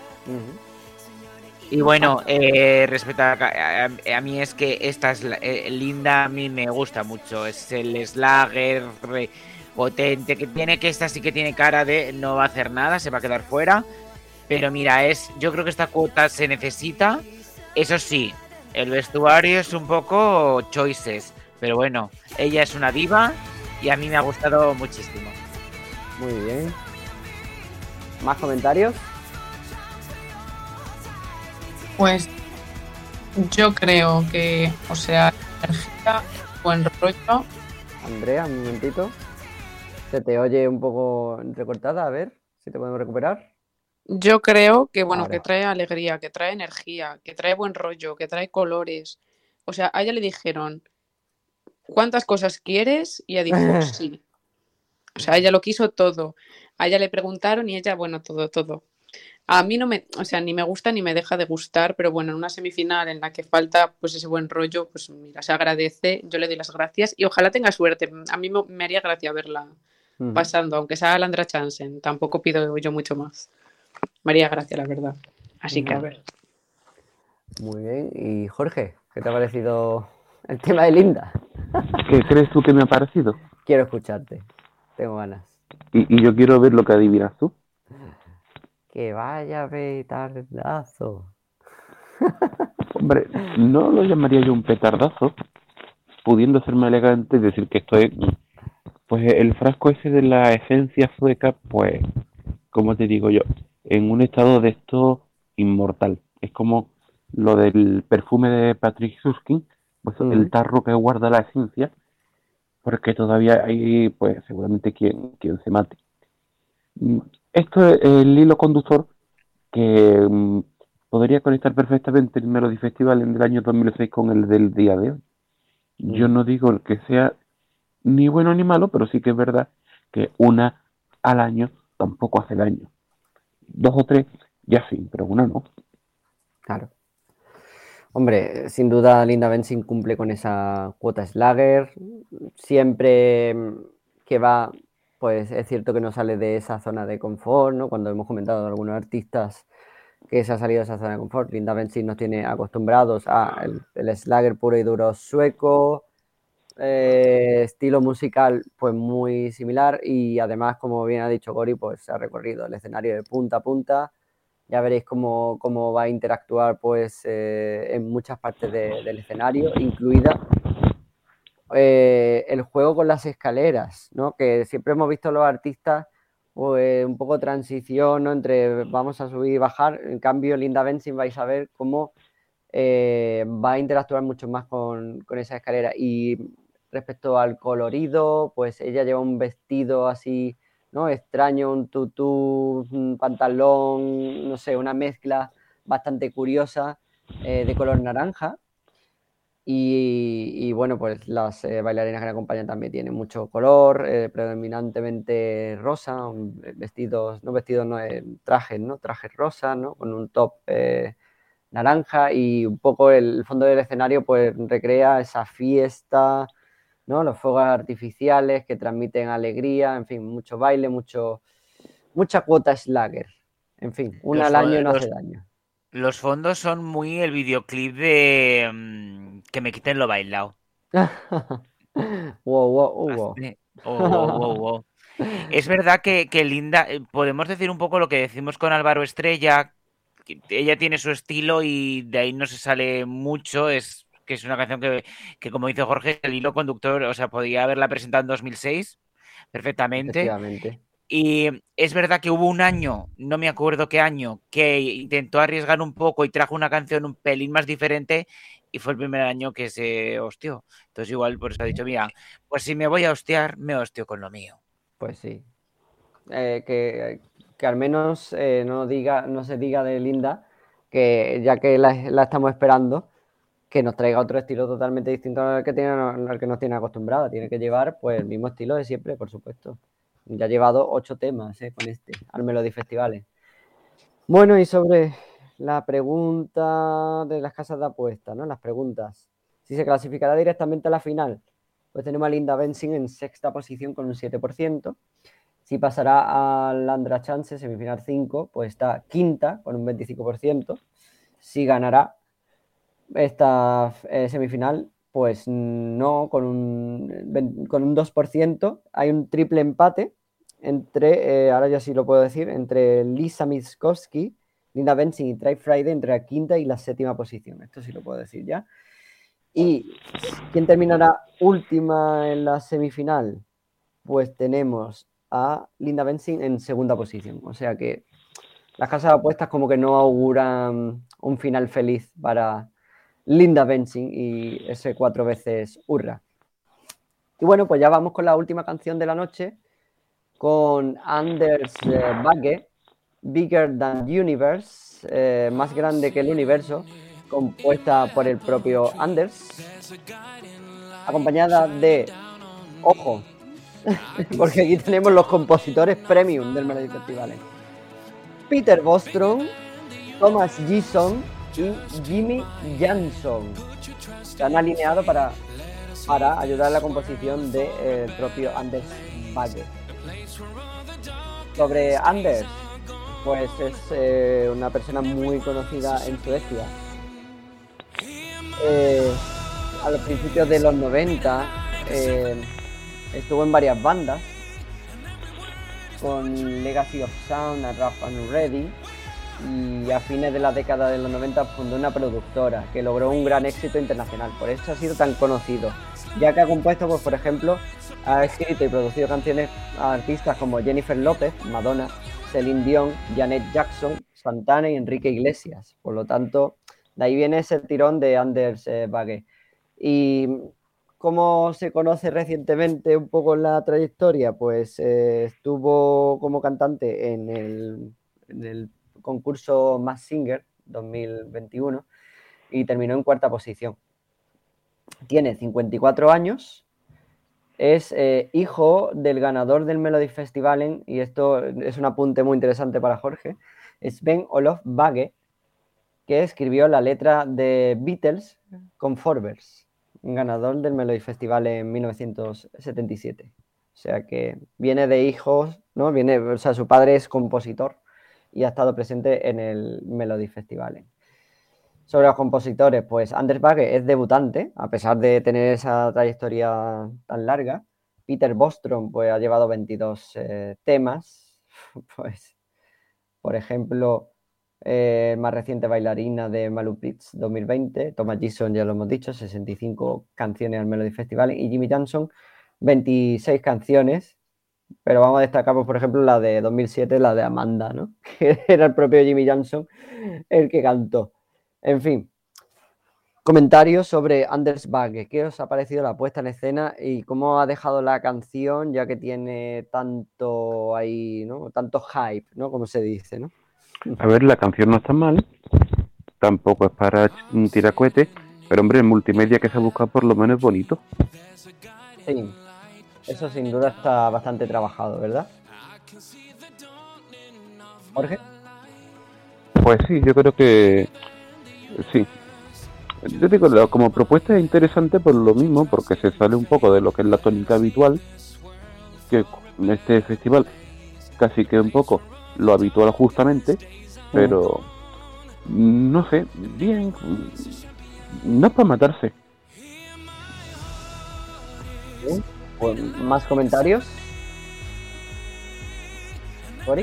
Y bueno, respecto a mí es que esta es Linda, a mí me gusta mucho. Es el Slager potente que tiene, que esta sí que tiene cara de no va a hacer nada, se va a quedar fuera. Pero mira, yo creo que esta cuota se necesita. Eso sí, el vestuario es un poco choices, pero bueno, ella es una diva y a mí me ha gustado muchísimo. Muy bien. ¿Más comentarios? Pues yo creo que, o sea, energía, buen rollo. Andrea, un momentito. Se te oye un poco entrecortada, a ver si te podemos recuperar. Yo creo que, bueno, Ahora. que trae alegría, que trae energía, que trae buen rollo, que trae colores. O sea, a ella le dijeron, ¿cuántas cosas quieres? Y ella dijo, sí. O sea, ella lo quiso todo. A ella le preguntaron y ella, bueno, todo. A mí no me, o sea, ni me gusta ni me deja de gustar, pero bueno, en una semifinal en la que falta pues ese buen rollo, pues mira, se agradece, yo le doy las gracias y ojalá tenga suerte. A mí me haría gracia verla pasando, aunque sea Landra Chansen, tampoco pido yo mucho más. Me haría gracia, la verdad. Así que a ver. Muy bien. Y Jorge, ¿qué te ha parecido el tema de Linda? ¿Qué crees tú que me ha parecido? Quiero escucharte. Tengo ganas. Y yo quiero ver lo que adivinas tú. Que vaya petardazo. Hombre, no lo llamaría yo un petardazo, pudiendo ser más elegante y decir que esto es, pues el frasco ese de la esencia sueca, pues, como te digo yo, en un estado de esto inmortal. Es como lo del perfume de Patrick Susskind, pues el tarro que guarda la esencia, porque todavía hay, pues, seguramente quien se mate. Esto es el hilo conductor que podría conectar perfectamente el Melody Festival en el año 2006 con el del día de hoy. Yo no digo que sea ni bueno ni malo, pero sí que es verdad que una al año tampoco hace daño. 2 o 3 ya sí, pero una no. Claro. Hombre, sin duda Linda Bensing cumple con esa cuota Slager. Siempre que va, pues es cierto que no sale de esa zona de confort, ¿no? Cuando hemos comentado de algunos artistas que se ha salido de esa zona de confort, Linda Bensing nos tiene acostumbrados a el Slager puro y duro sueco, estilo musical pues muy similar y además, como bien ha dicho Gori, pues se ha recorrido el escenario de punta a punta. Ya veréis cómo va a interactuar pues en muchas partes del escenario, incluida el juego con las escaleras, ¿no? Que siempre hemos visto a los artistas pues, un poco transición, ¿no? Entre vamos a subir y bajar. En cambio, Linda Bensing vais a ver cómo va a interactuar mucho más con esa escalera. Y respecto al colorido, pues ella lleva un vestido así, ¿no? Extraño, un tutú, un pantalón, no sé, una mezcla bastante curiosa de color naranja. Y bueno, pues las bailarinas que la acompañan también tienen mucho color, predominantemente rosa, vestidos, no, trajes, ¿no? Trajes rosas, ¿no? Con un top naranja y un poco el fondo del escenario pues recrea esa fiesta, ¿no? Los fuegos artificiales que transmiten alegría, en fin, mucho baile, mucha cuota Schlager. En fin, una Los, al fo- año no hace los, daño. los fondos son muy el videoclip de Que me quiten lo bailado. Wow, wow, wow. Así. Oh, wow, wow, wow. Es verdad que Linda, podemos decir un poco lo que decimos con Álvaro Estrella, que ella tiene su estilo y de ahí no se sale mucho, es que es una canción que como dice Jorge, el hilo conductor, o sea, podía haberla presentado en 2006 perfectamente. Efectivamente. Y es verdad que hubo un año, no me acuerdo qué año, que intentó arriesgar un poco y trajo una canción un pelín más diferente y fue el primer año que se hostió. Entonces igual por eso ha dicho, mira, pues si me voy a hostiar, me hostio con lo mío. Pues sí. Que al menos no se diga de Linda que ya que la estamos esperando, que nos traiga otro estilo totalmente distinto al que nos tiene acostumbrada. Tiene que llevar pues el mismo estilo de siempre, por supuesto. Ya ha llevado 8 temas con al Melody Festivales. Bueno, y sobre la pregunta de las casas de apuestas, ¿no? Las preguntas. Si se clasificará directamente a la final, pues tenemos a Linda Bensing en sexta posición con un 7%. Si pasará al Andra Chance, semifinal 5, pues está quinta con un 25%. Si ganará esta semifinal, pues no, con un 2%. Hay un triple empate entre, ahora ya sí lo puedo decir, entre Lisa Miskovsky, Linda Bensing y Try Friday entre la quinta y la séptima posición. Esto sí lo puedo decir ya. ¿Y quién terminará última en la semifinal? Pues tenemos a Linda Bensing en segunda posición. O sea que las casas de apuestas como que no auguran un final feliz para Linda Bensing y ese 4 veces hurra. Y bueno, pues ya vamos con la última canción de la noche, con Anders Bagge, Bigger Than Universe, más grande que el universo, compuesta por el propio Anders, acompañada de, ojo, porque aquí tenemos los compositores premium del Melody Festival. Peter Bostrom, Thomas Gison y Jimmy Jansson. Se han alineado para ayudar a la composición del propio Anders Bagge. Sobre Anders, pues es una persona muy conocida en Suecia. A los principios de los 90 estuvo en varias bandas, con Legacy of Sound, A Rough and Ready, y a fines de la década de los 90 fundó una productora que logró un gran éxito internacional. Por eso ha sido tan conocido, ya que ha compuesto, pues, por ejemplo, ha escrito y producido canciones a artistas como Jennifer López, Madonna, Celine Dion, Janet Jackson, Santana y Enrique Iglesias. Por lo tanto, de ahí viene ese tirón de Anders Bagge. Y ¿cómo se conoce recientemente un poco la trayectoria? Pues estuvo como cantante en el concurso Masked Singer 2021 y terminó en cuarta posición. Tiene 54 años, es hijo del ganador del Melody Festival, y esto es un apunte muy interesante para Jorge, Sven Olof Bagge, que escribió la letra de Beatles con Forbes, ganador del Melody Festival en 1977. O sea que viene de hijos, ¿no? O sea, su padre es compositor y ha estado presente en el Melody Festival. Sobre los compositores, pues Anders Bagge es debutante, a pesar de tener esa trayectoria tan larga. Peter Bostrom pues, ha llevado 22 temas. Pues, por ejemplo, más reciente bailarina de Malu Pitts 2020, Thomas Gison, ya lo hemos dicho, 65 canciones al Melody Festival, y Jimmy Jansson, 26 canciones. Pero vamos a destacar, pues, por ejemplo, la de 2007, la de Amanda, ¿no? Que era el propio Jimmy Jansson el que cantó. En fin, Comentarios sobre Anders Bagge. ¿Qué os ha parecido la puesta en escena y cómo ha dejado la canción, ya que tiene tanto ahí, ¿no? Tanto hype, ¿no? Como se dice, ¿no? A ver, la canción no está mal, tampoco es para tirar cohetes, pero hombre, el multimedia que se busca por lo menos es bonito. Sí, eso sin duda está bastante trabajado, ¿verdad? Jorge. Pues sí, yo creo que sí. Yo digo, como propuesta es interesante por lo mismo, porque se sale un poco de lo que es la tónica habitual, que en este festival casi que un poco lo habitual justamente, pero no sé, bien, no es para matarse. Pues, ¿más comentarios? ¿Cori?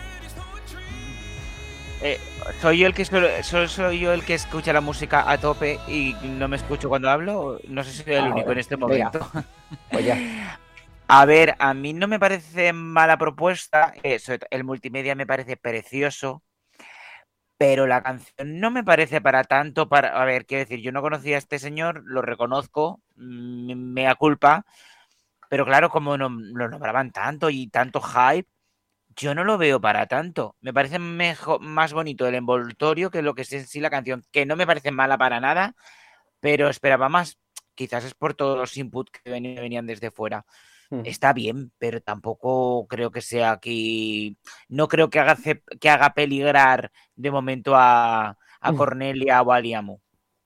¿Soy yo el que soy yo el que escucha la música a tope y no me escucho cuando hablo? No sé si soy el único en este momento. Pues ya. A ver, a mí no me parece mala propuesta. El multimedia me parece precioso, pero la canción no me parece para tanto. A ver, quiero decir, yo no conocía a este señor, lo reconozco, mea culpa, pero claro, como no lo nombraban tanto y tanto hype, yo no lo veo para tanto. Me parece más bonito el envoltorio que lo que es en sí la canción, que no me parece mala para nada, pero esperaba más. Quizás es por todos los inputs que venían desde fuera. Está bien, pero tampoco creo que sea aquí. No creo que haga peligrar de momento a Cornelia o a Liamu.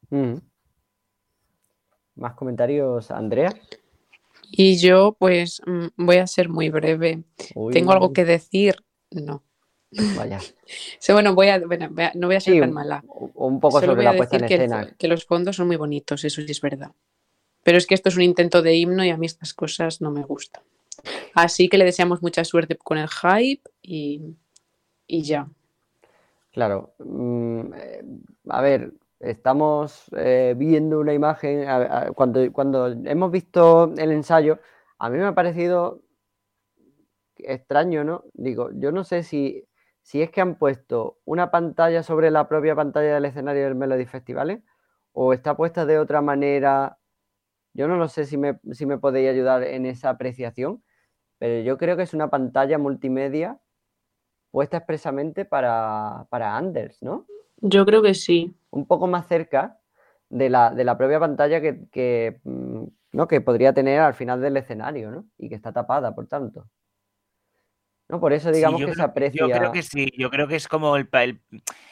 ¿Más comentarios, Andrea? Y yo, pues, voy a ser muy breve. Uy. ¿Tengo algo que decir? No. Vaya. Sí, bueno, no voy a ser tan mala. Un poco Solo sobre voy a la puesta en decir escena. que los fondos son muy bonitos, eso sí es verdad. Pero es que esto es un intento de himno y a mí estas cosas no me gustan. Así que le deseamos mucha suerte con el hype y ya. Claro. A ver, estamos viendo una imagen. Cuando hemos visto el ensayo, a mí me ha parecido extraño, ¿no? Digo, yo no sé si es que han puesto una pantalla sobre la propia pantalla del escenario del Melody Festival o está puesta de otra manera. Yo no lo sé si me podéis ayudar en esa apreciación, pero yo creo que es una pantalla multimedia puesta expresamente para Anders, ¿no? Yo creo que sí. Un poco más cerca de la propia pantalla ¿no? que podría tener al final del escenario, ¿no? Y que está tapada, por tanto. ¿No? Por eso digamos que se aprecia. Yo creo que sí, yo creo que es como porque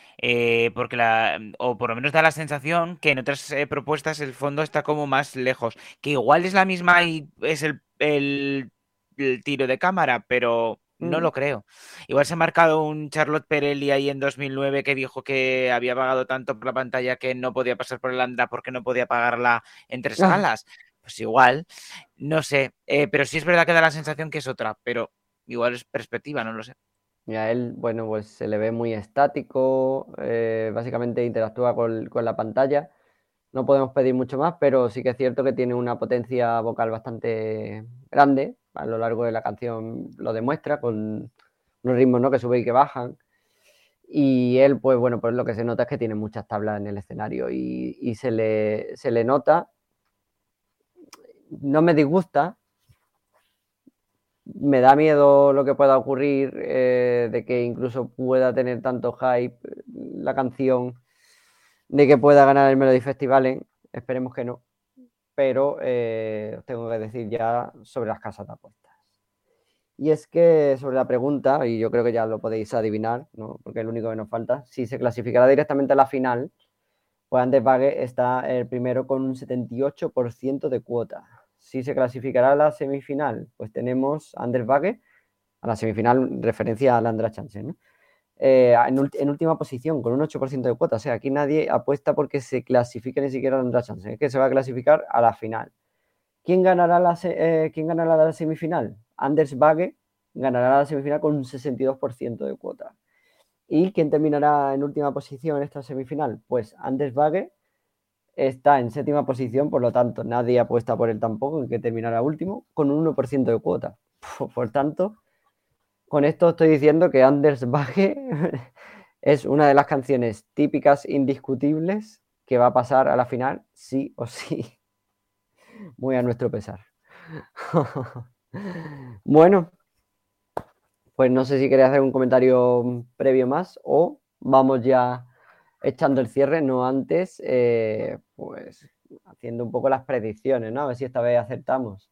o por lo menos da la sensación que en otras propuestas el fondo está como más lejos, que igual es la misma y es el tiro de cámara, pero no lo creo. Igual se ha marcado un Charlotte Perelli ahí en 2009 que dijo que había pagado tanto por la pantalla que no podía pasar por el Andra porque no podía pagarla en 3 salas. Pues igual, no sé, pero sí es verdad que da la sensación que es otra, pero igual es perspectiva, no lo sé. Y a él, bueno, pues se le ve muy estático, básicamente interactúa con la pantalla. No podemos pedir mucho más, pero sí que es cierto que tiene una potencia vocal bastante grande. A lo largo de la canción lo demuestra con unos ritmos, ¿no? que suben y que bajan. Y él, pues bueno, pues lo que se nota es que tiene muchas tablas en el escenario y se le nota. No me disgusta, me da miedo lo que pueda ocurrir, de que incluso pueda tener tanto hype la canción, de que pueda ganar el Melody Festival, esperemos que no, pero os tengo que decir ya sobre las casas de apuestas. Y es que sobre la pregunta, y yo creo que ya lo podéis adivinar, ¿no? Porque es lo único que nos falta, si se clasificará directamente a la final, pues Anders Bagge está el primero con un 78% de cuota. Si se clasificará a la semifinal, pues tenemos a Anders Bagge, a la semifinal, referencia a Landra Chance, ¿no? En última posición, con un 8% de cuota. O sea, aquí nadie apuesta porque se clasifique ni siquiera Landra Chance, es que se va a clasificar a la final. ¿Quién ganará la semifinal? Anders Bagge ganará la semifinal con un 62% de cuota. ¿Y quién terminará en última posición en esta semifinal? Pues Anders Bagge está en séptima posición, por lo tanto, nadie apuesta por él tampoco, en que terminará último, con un 1% de cuota. Por tanto, con esto estoy diciendo que Anders Bagge es una de las canciones típicas indiscutibles que va a pasar a la final sí o sí. Muy a nuestro pesar. Bueno, pues no sé si queréis hacer un comentario previo más o vamos ya echando el cierre, no antes, pues haciendo un poco las predicciones, ¿no? A ver si esta vez acertamos.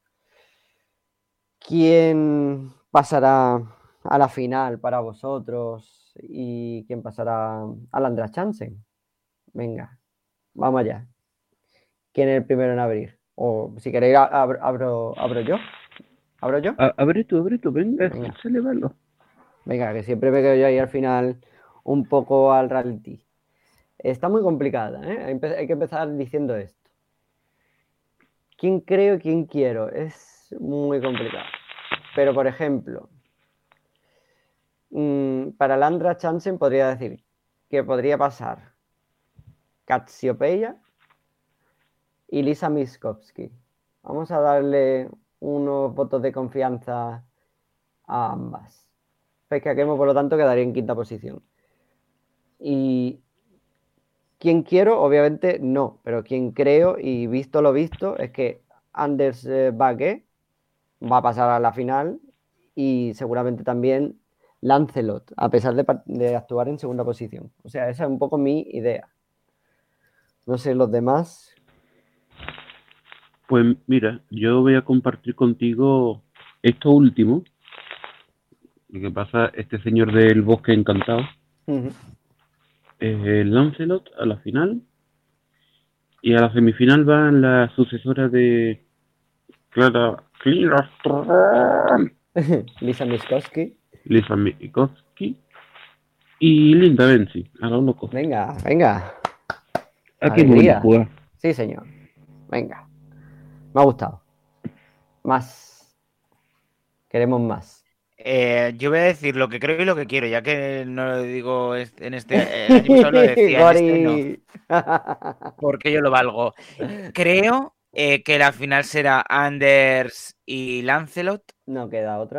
¿Quién pasará a la final para vosotros y quién pasará a la Andra Chansen? Venga, vamos allá. ¿Quién es el primero en abrir? O si queréis, abro yo. ¿Abro yo? Abre tú, venga, Venga. se le va. Venga, que siempre me quedo yo ahí al final un poco al reality. Está muy complicada, ¿eh? Hay que empezar diciendo esto. ¿Quién creo y quién quiero? Es muy complicado. Pero, por ejemplo, para Landra Chansen podría decir que podría pasar Katsiopeia y Lisa Miskovsky. Vamos a darle unos votos de confianza a ambas. Pesca Quemo, por lo tanto, quedaría en quinta posición. Y quien quiero, obviamente no, pero quien creo y visto lo visto es que Anders Bagge va a pasar a la final y seguramente también Lancelot, a pesar de actuar en segunda posición. O sea, esa es un poco mi idea. No sé los demás. Pues mira, yo voy a compartir contigo esto último. Lo que pasa, este señor del bosque encantado, Lancelot a la final. Y a la semifinal van las sucesoras de Clara Lisa Miskovsky. Lisa Mikoski y Linda Benzi, a lo loco. Venga, venga. Aquí es bonito Alegría. jugar. Sí, señor. Venga. Me ha gustado. Más. Queremos más. Yo voy a decir lo que creo y lo que quiero, ya que no lo digo en este. El año pasado lo decía, en este no. Porque yo lo valgo. Creo que la final será Anders y Lancelot. No queda otra.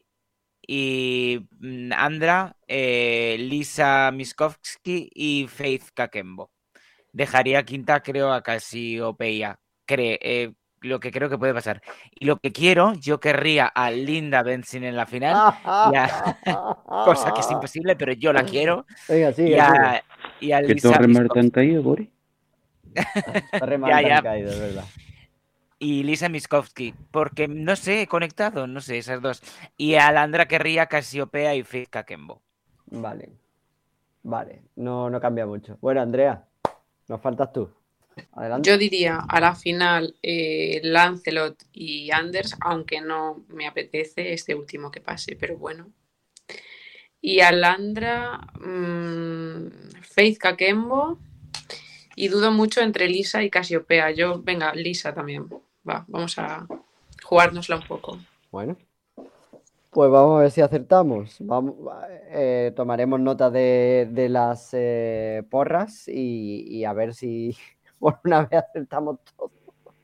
Y Andra, Lisa Miskovsky y Faith Kakembo. Dejaría quinta, creo, a Cassiopeia. Lo que creo que puede pasar. Y lo que quiero, yo querría a Linda Benson en la final, cosa que es imposible, pero yo la quiero. Venga, sigue, y a ¿Qué Lisa torre Miskovsky. Marta han caído, Boris? Torre Marta han caído, es verdad. Y Lisa Miskovsky, porque no sé, he conectado, no sé, esas dos. Y a Landra querría Casiopea y Faith Kakembo. Vale. No cambia mucho. Bueno, Andrea, nos faltas tú. Adelante. Yo diría a la final Lancelot y Anders, aunque no me apetece este último que pase, pero bueno. Y a Landra, Faith Kakembo. Y dudo mucho entre Lisa y Casiopea. Venga, Lisa también. Vamos a jugárnosla un poco. Bueno, pues vamos a ver si acertamos. Tomaremos nota de las porras y a ver si por una vez acertamos todo.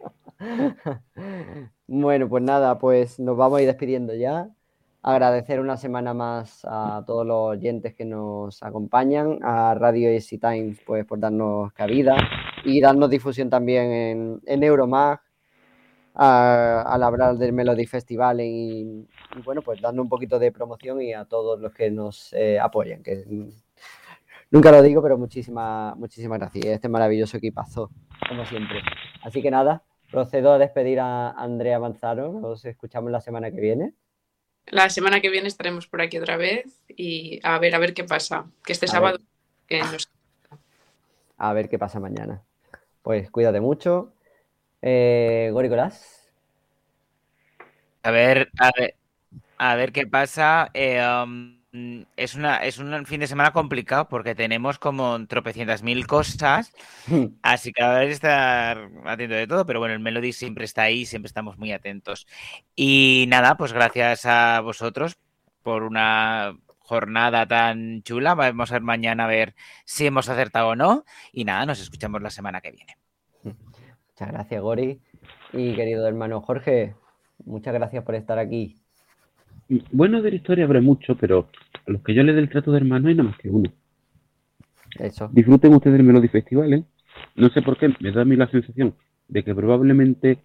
Bueno, pues nada, pues nos vamos a ir despidiendo ya. Agradecer una semana más a todos los oyentes que nos acompañan, a Radio Easy Times pues, por darnos cabida y darnos difusión también en Euromag al hablar del Melody Festival y bueno, pues dando un poquito de promoción y a todos los que nos apoyan, que nunca lo digo, pero muchísimas gracias. Este maravilloso equipazo, como siempre. Así que nada, procedo a despedir a Andrea Manzano. Nos escuchamos la semana que viene. La semana que viene estaremos por aquí otra vez y a ver qué pasa. Que este sábado a ver qué pasa mañana. Pues cuídate mucho. Goricolas. A ver qué pasa. Es un fin de semana complicado porque tenemos como tropecientas mil cosas, así que a ver, estar atento de todo, pero bueno, el Melody siempre está ahí, siempre estamos muy atentos. Y nada, pues gracias a vosotros por una jornada tan chula. Vamos a ver mañana a ver si hemos acertado o no. Y nada, nos escuchamos la semana que viene. Muchas gracias, Gori. Y querido hermano Jorge, muchas gracias por estar aquí. Bueno, de la historia habrá mucho, pero a los que yo le dé el trato de hermano hay nada más que uno. Eso. Disfruten ustedes del Melody Festival, ¿eh? no sé por qué, me da a mí la sensación de que probablemente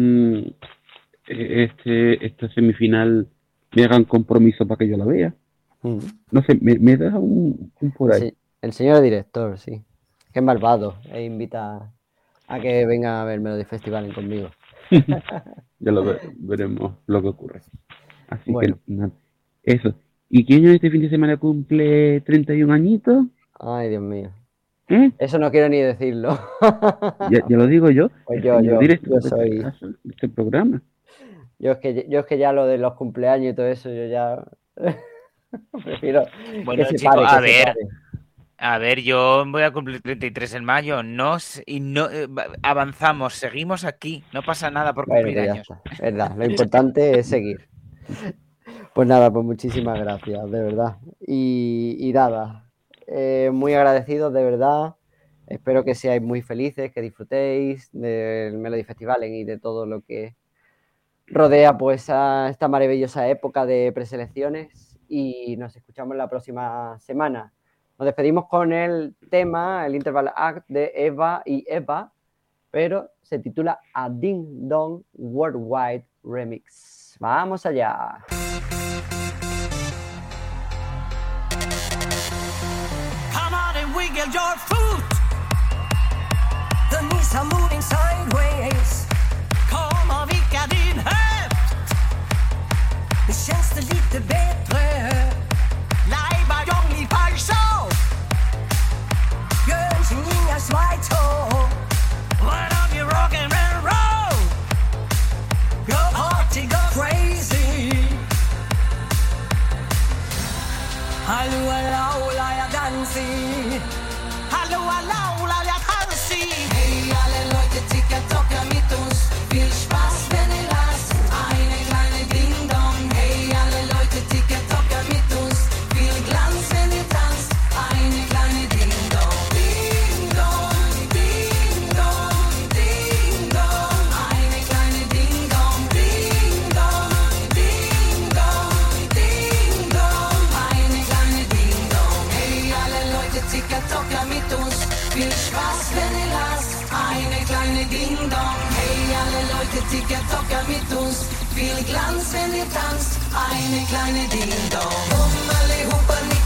esta semifinal me hagan compromiso para que yo la vea. No sé, me da un por ahí. Sí, el señor director, sí. Qué malvado. E invita a que venga a ver Melody Festival conmigo. Ya lo veremos lo que ocurre. Así Bueno. que, nada, eso. ¿Y quién este fin de semana cumple 31 añitos? Ay, Dios mío. ¿Eh? Eso no quiero ni decirlo. Ya lo digo yo. Pues el señor director yo soy... de este programa. Yo es que ya lo de los cumpleaños y todo eso, yo ya prefiero Bueno, que se chicos, pare, que se pare. a ver, yo voy a cumplir 33 en mayo, avanzamos, seguimos aquí, no pasa nada por Bueno, cumplir que ya años. está, verdad. Lo importante es seguir. Pues nada, pues muchísimas gracias, de verdad. Y nada, muy agradecidos, de verdad. Espero que seáis muy felices, que disfrutéis del Melody Festival y de todo lo que rodea pues a esta maravillosa época de preselecciones, y nos escuchamos la próxima semana. Nos despedimos con el tema, el Interval Act de Eva y Eva, pero se titula A Ding Dong Worldwide Remix. ¡Vamos allá! Come on and wiggle your foot. The knees are moving sideways. Kom och vicka din höft. Nu känns det lite bättre. Laiba Johnny Parså. Jönsin inga svajtå. What up you rock and roll? Go party, go crazy. Hallå, hallå, la jag dansi. Hallå, hallå, la jag dansi. Hey, alle Leute, Ticker-Tocker mit uns. Viel Spaß, wenn ihr lasst. Eine kleine Ding-Dong. Hey, alle Leute, Ticker-Tocker mit uns. Viel Glanz, wenn ihr tanzt. Eine kleine Ding-Dong. Ding-Dong, Ding-Dong, Ding-Dong. Eine kleine Ding-Dong. Ding-Dong, Ding-Dong, Ding-Dong. Eine kleine Ding-Dong. Hey, alle Leute, Ticker-Tocker mit uns. Viel Spaß, wenn ihr lasst. Eine kleine Ding-Dong. Hey, alle Leute, Ticker-Tocker mit uns. Viel Glanz, wenn ihr tanzt. Eine kleine Ding-Dong. Hummeli, Hupperli.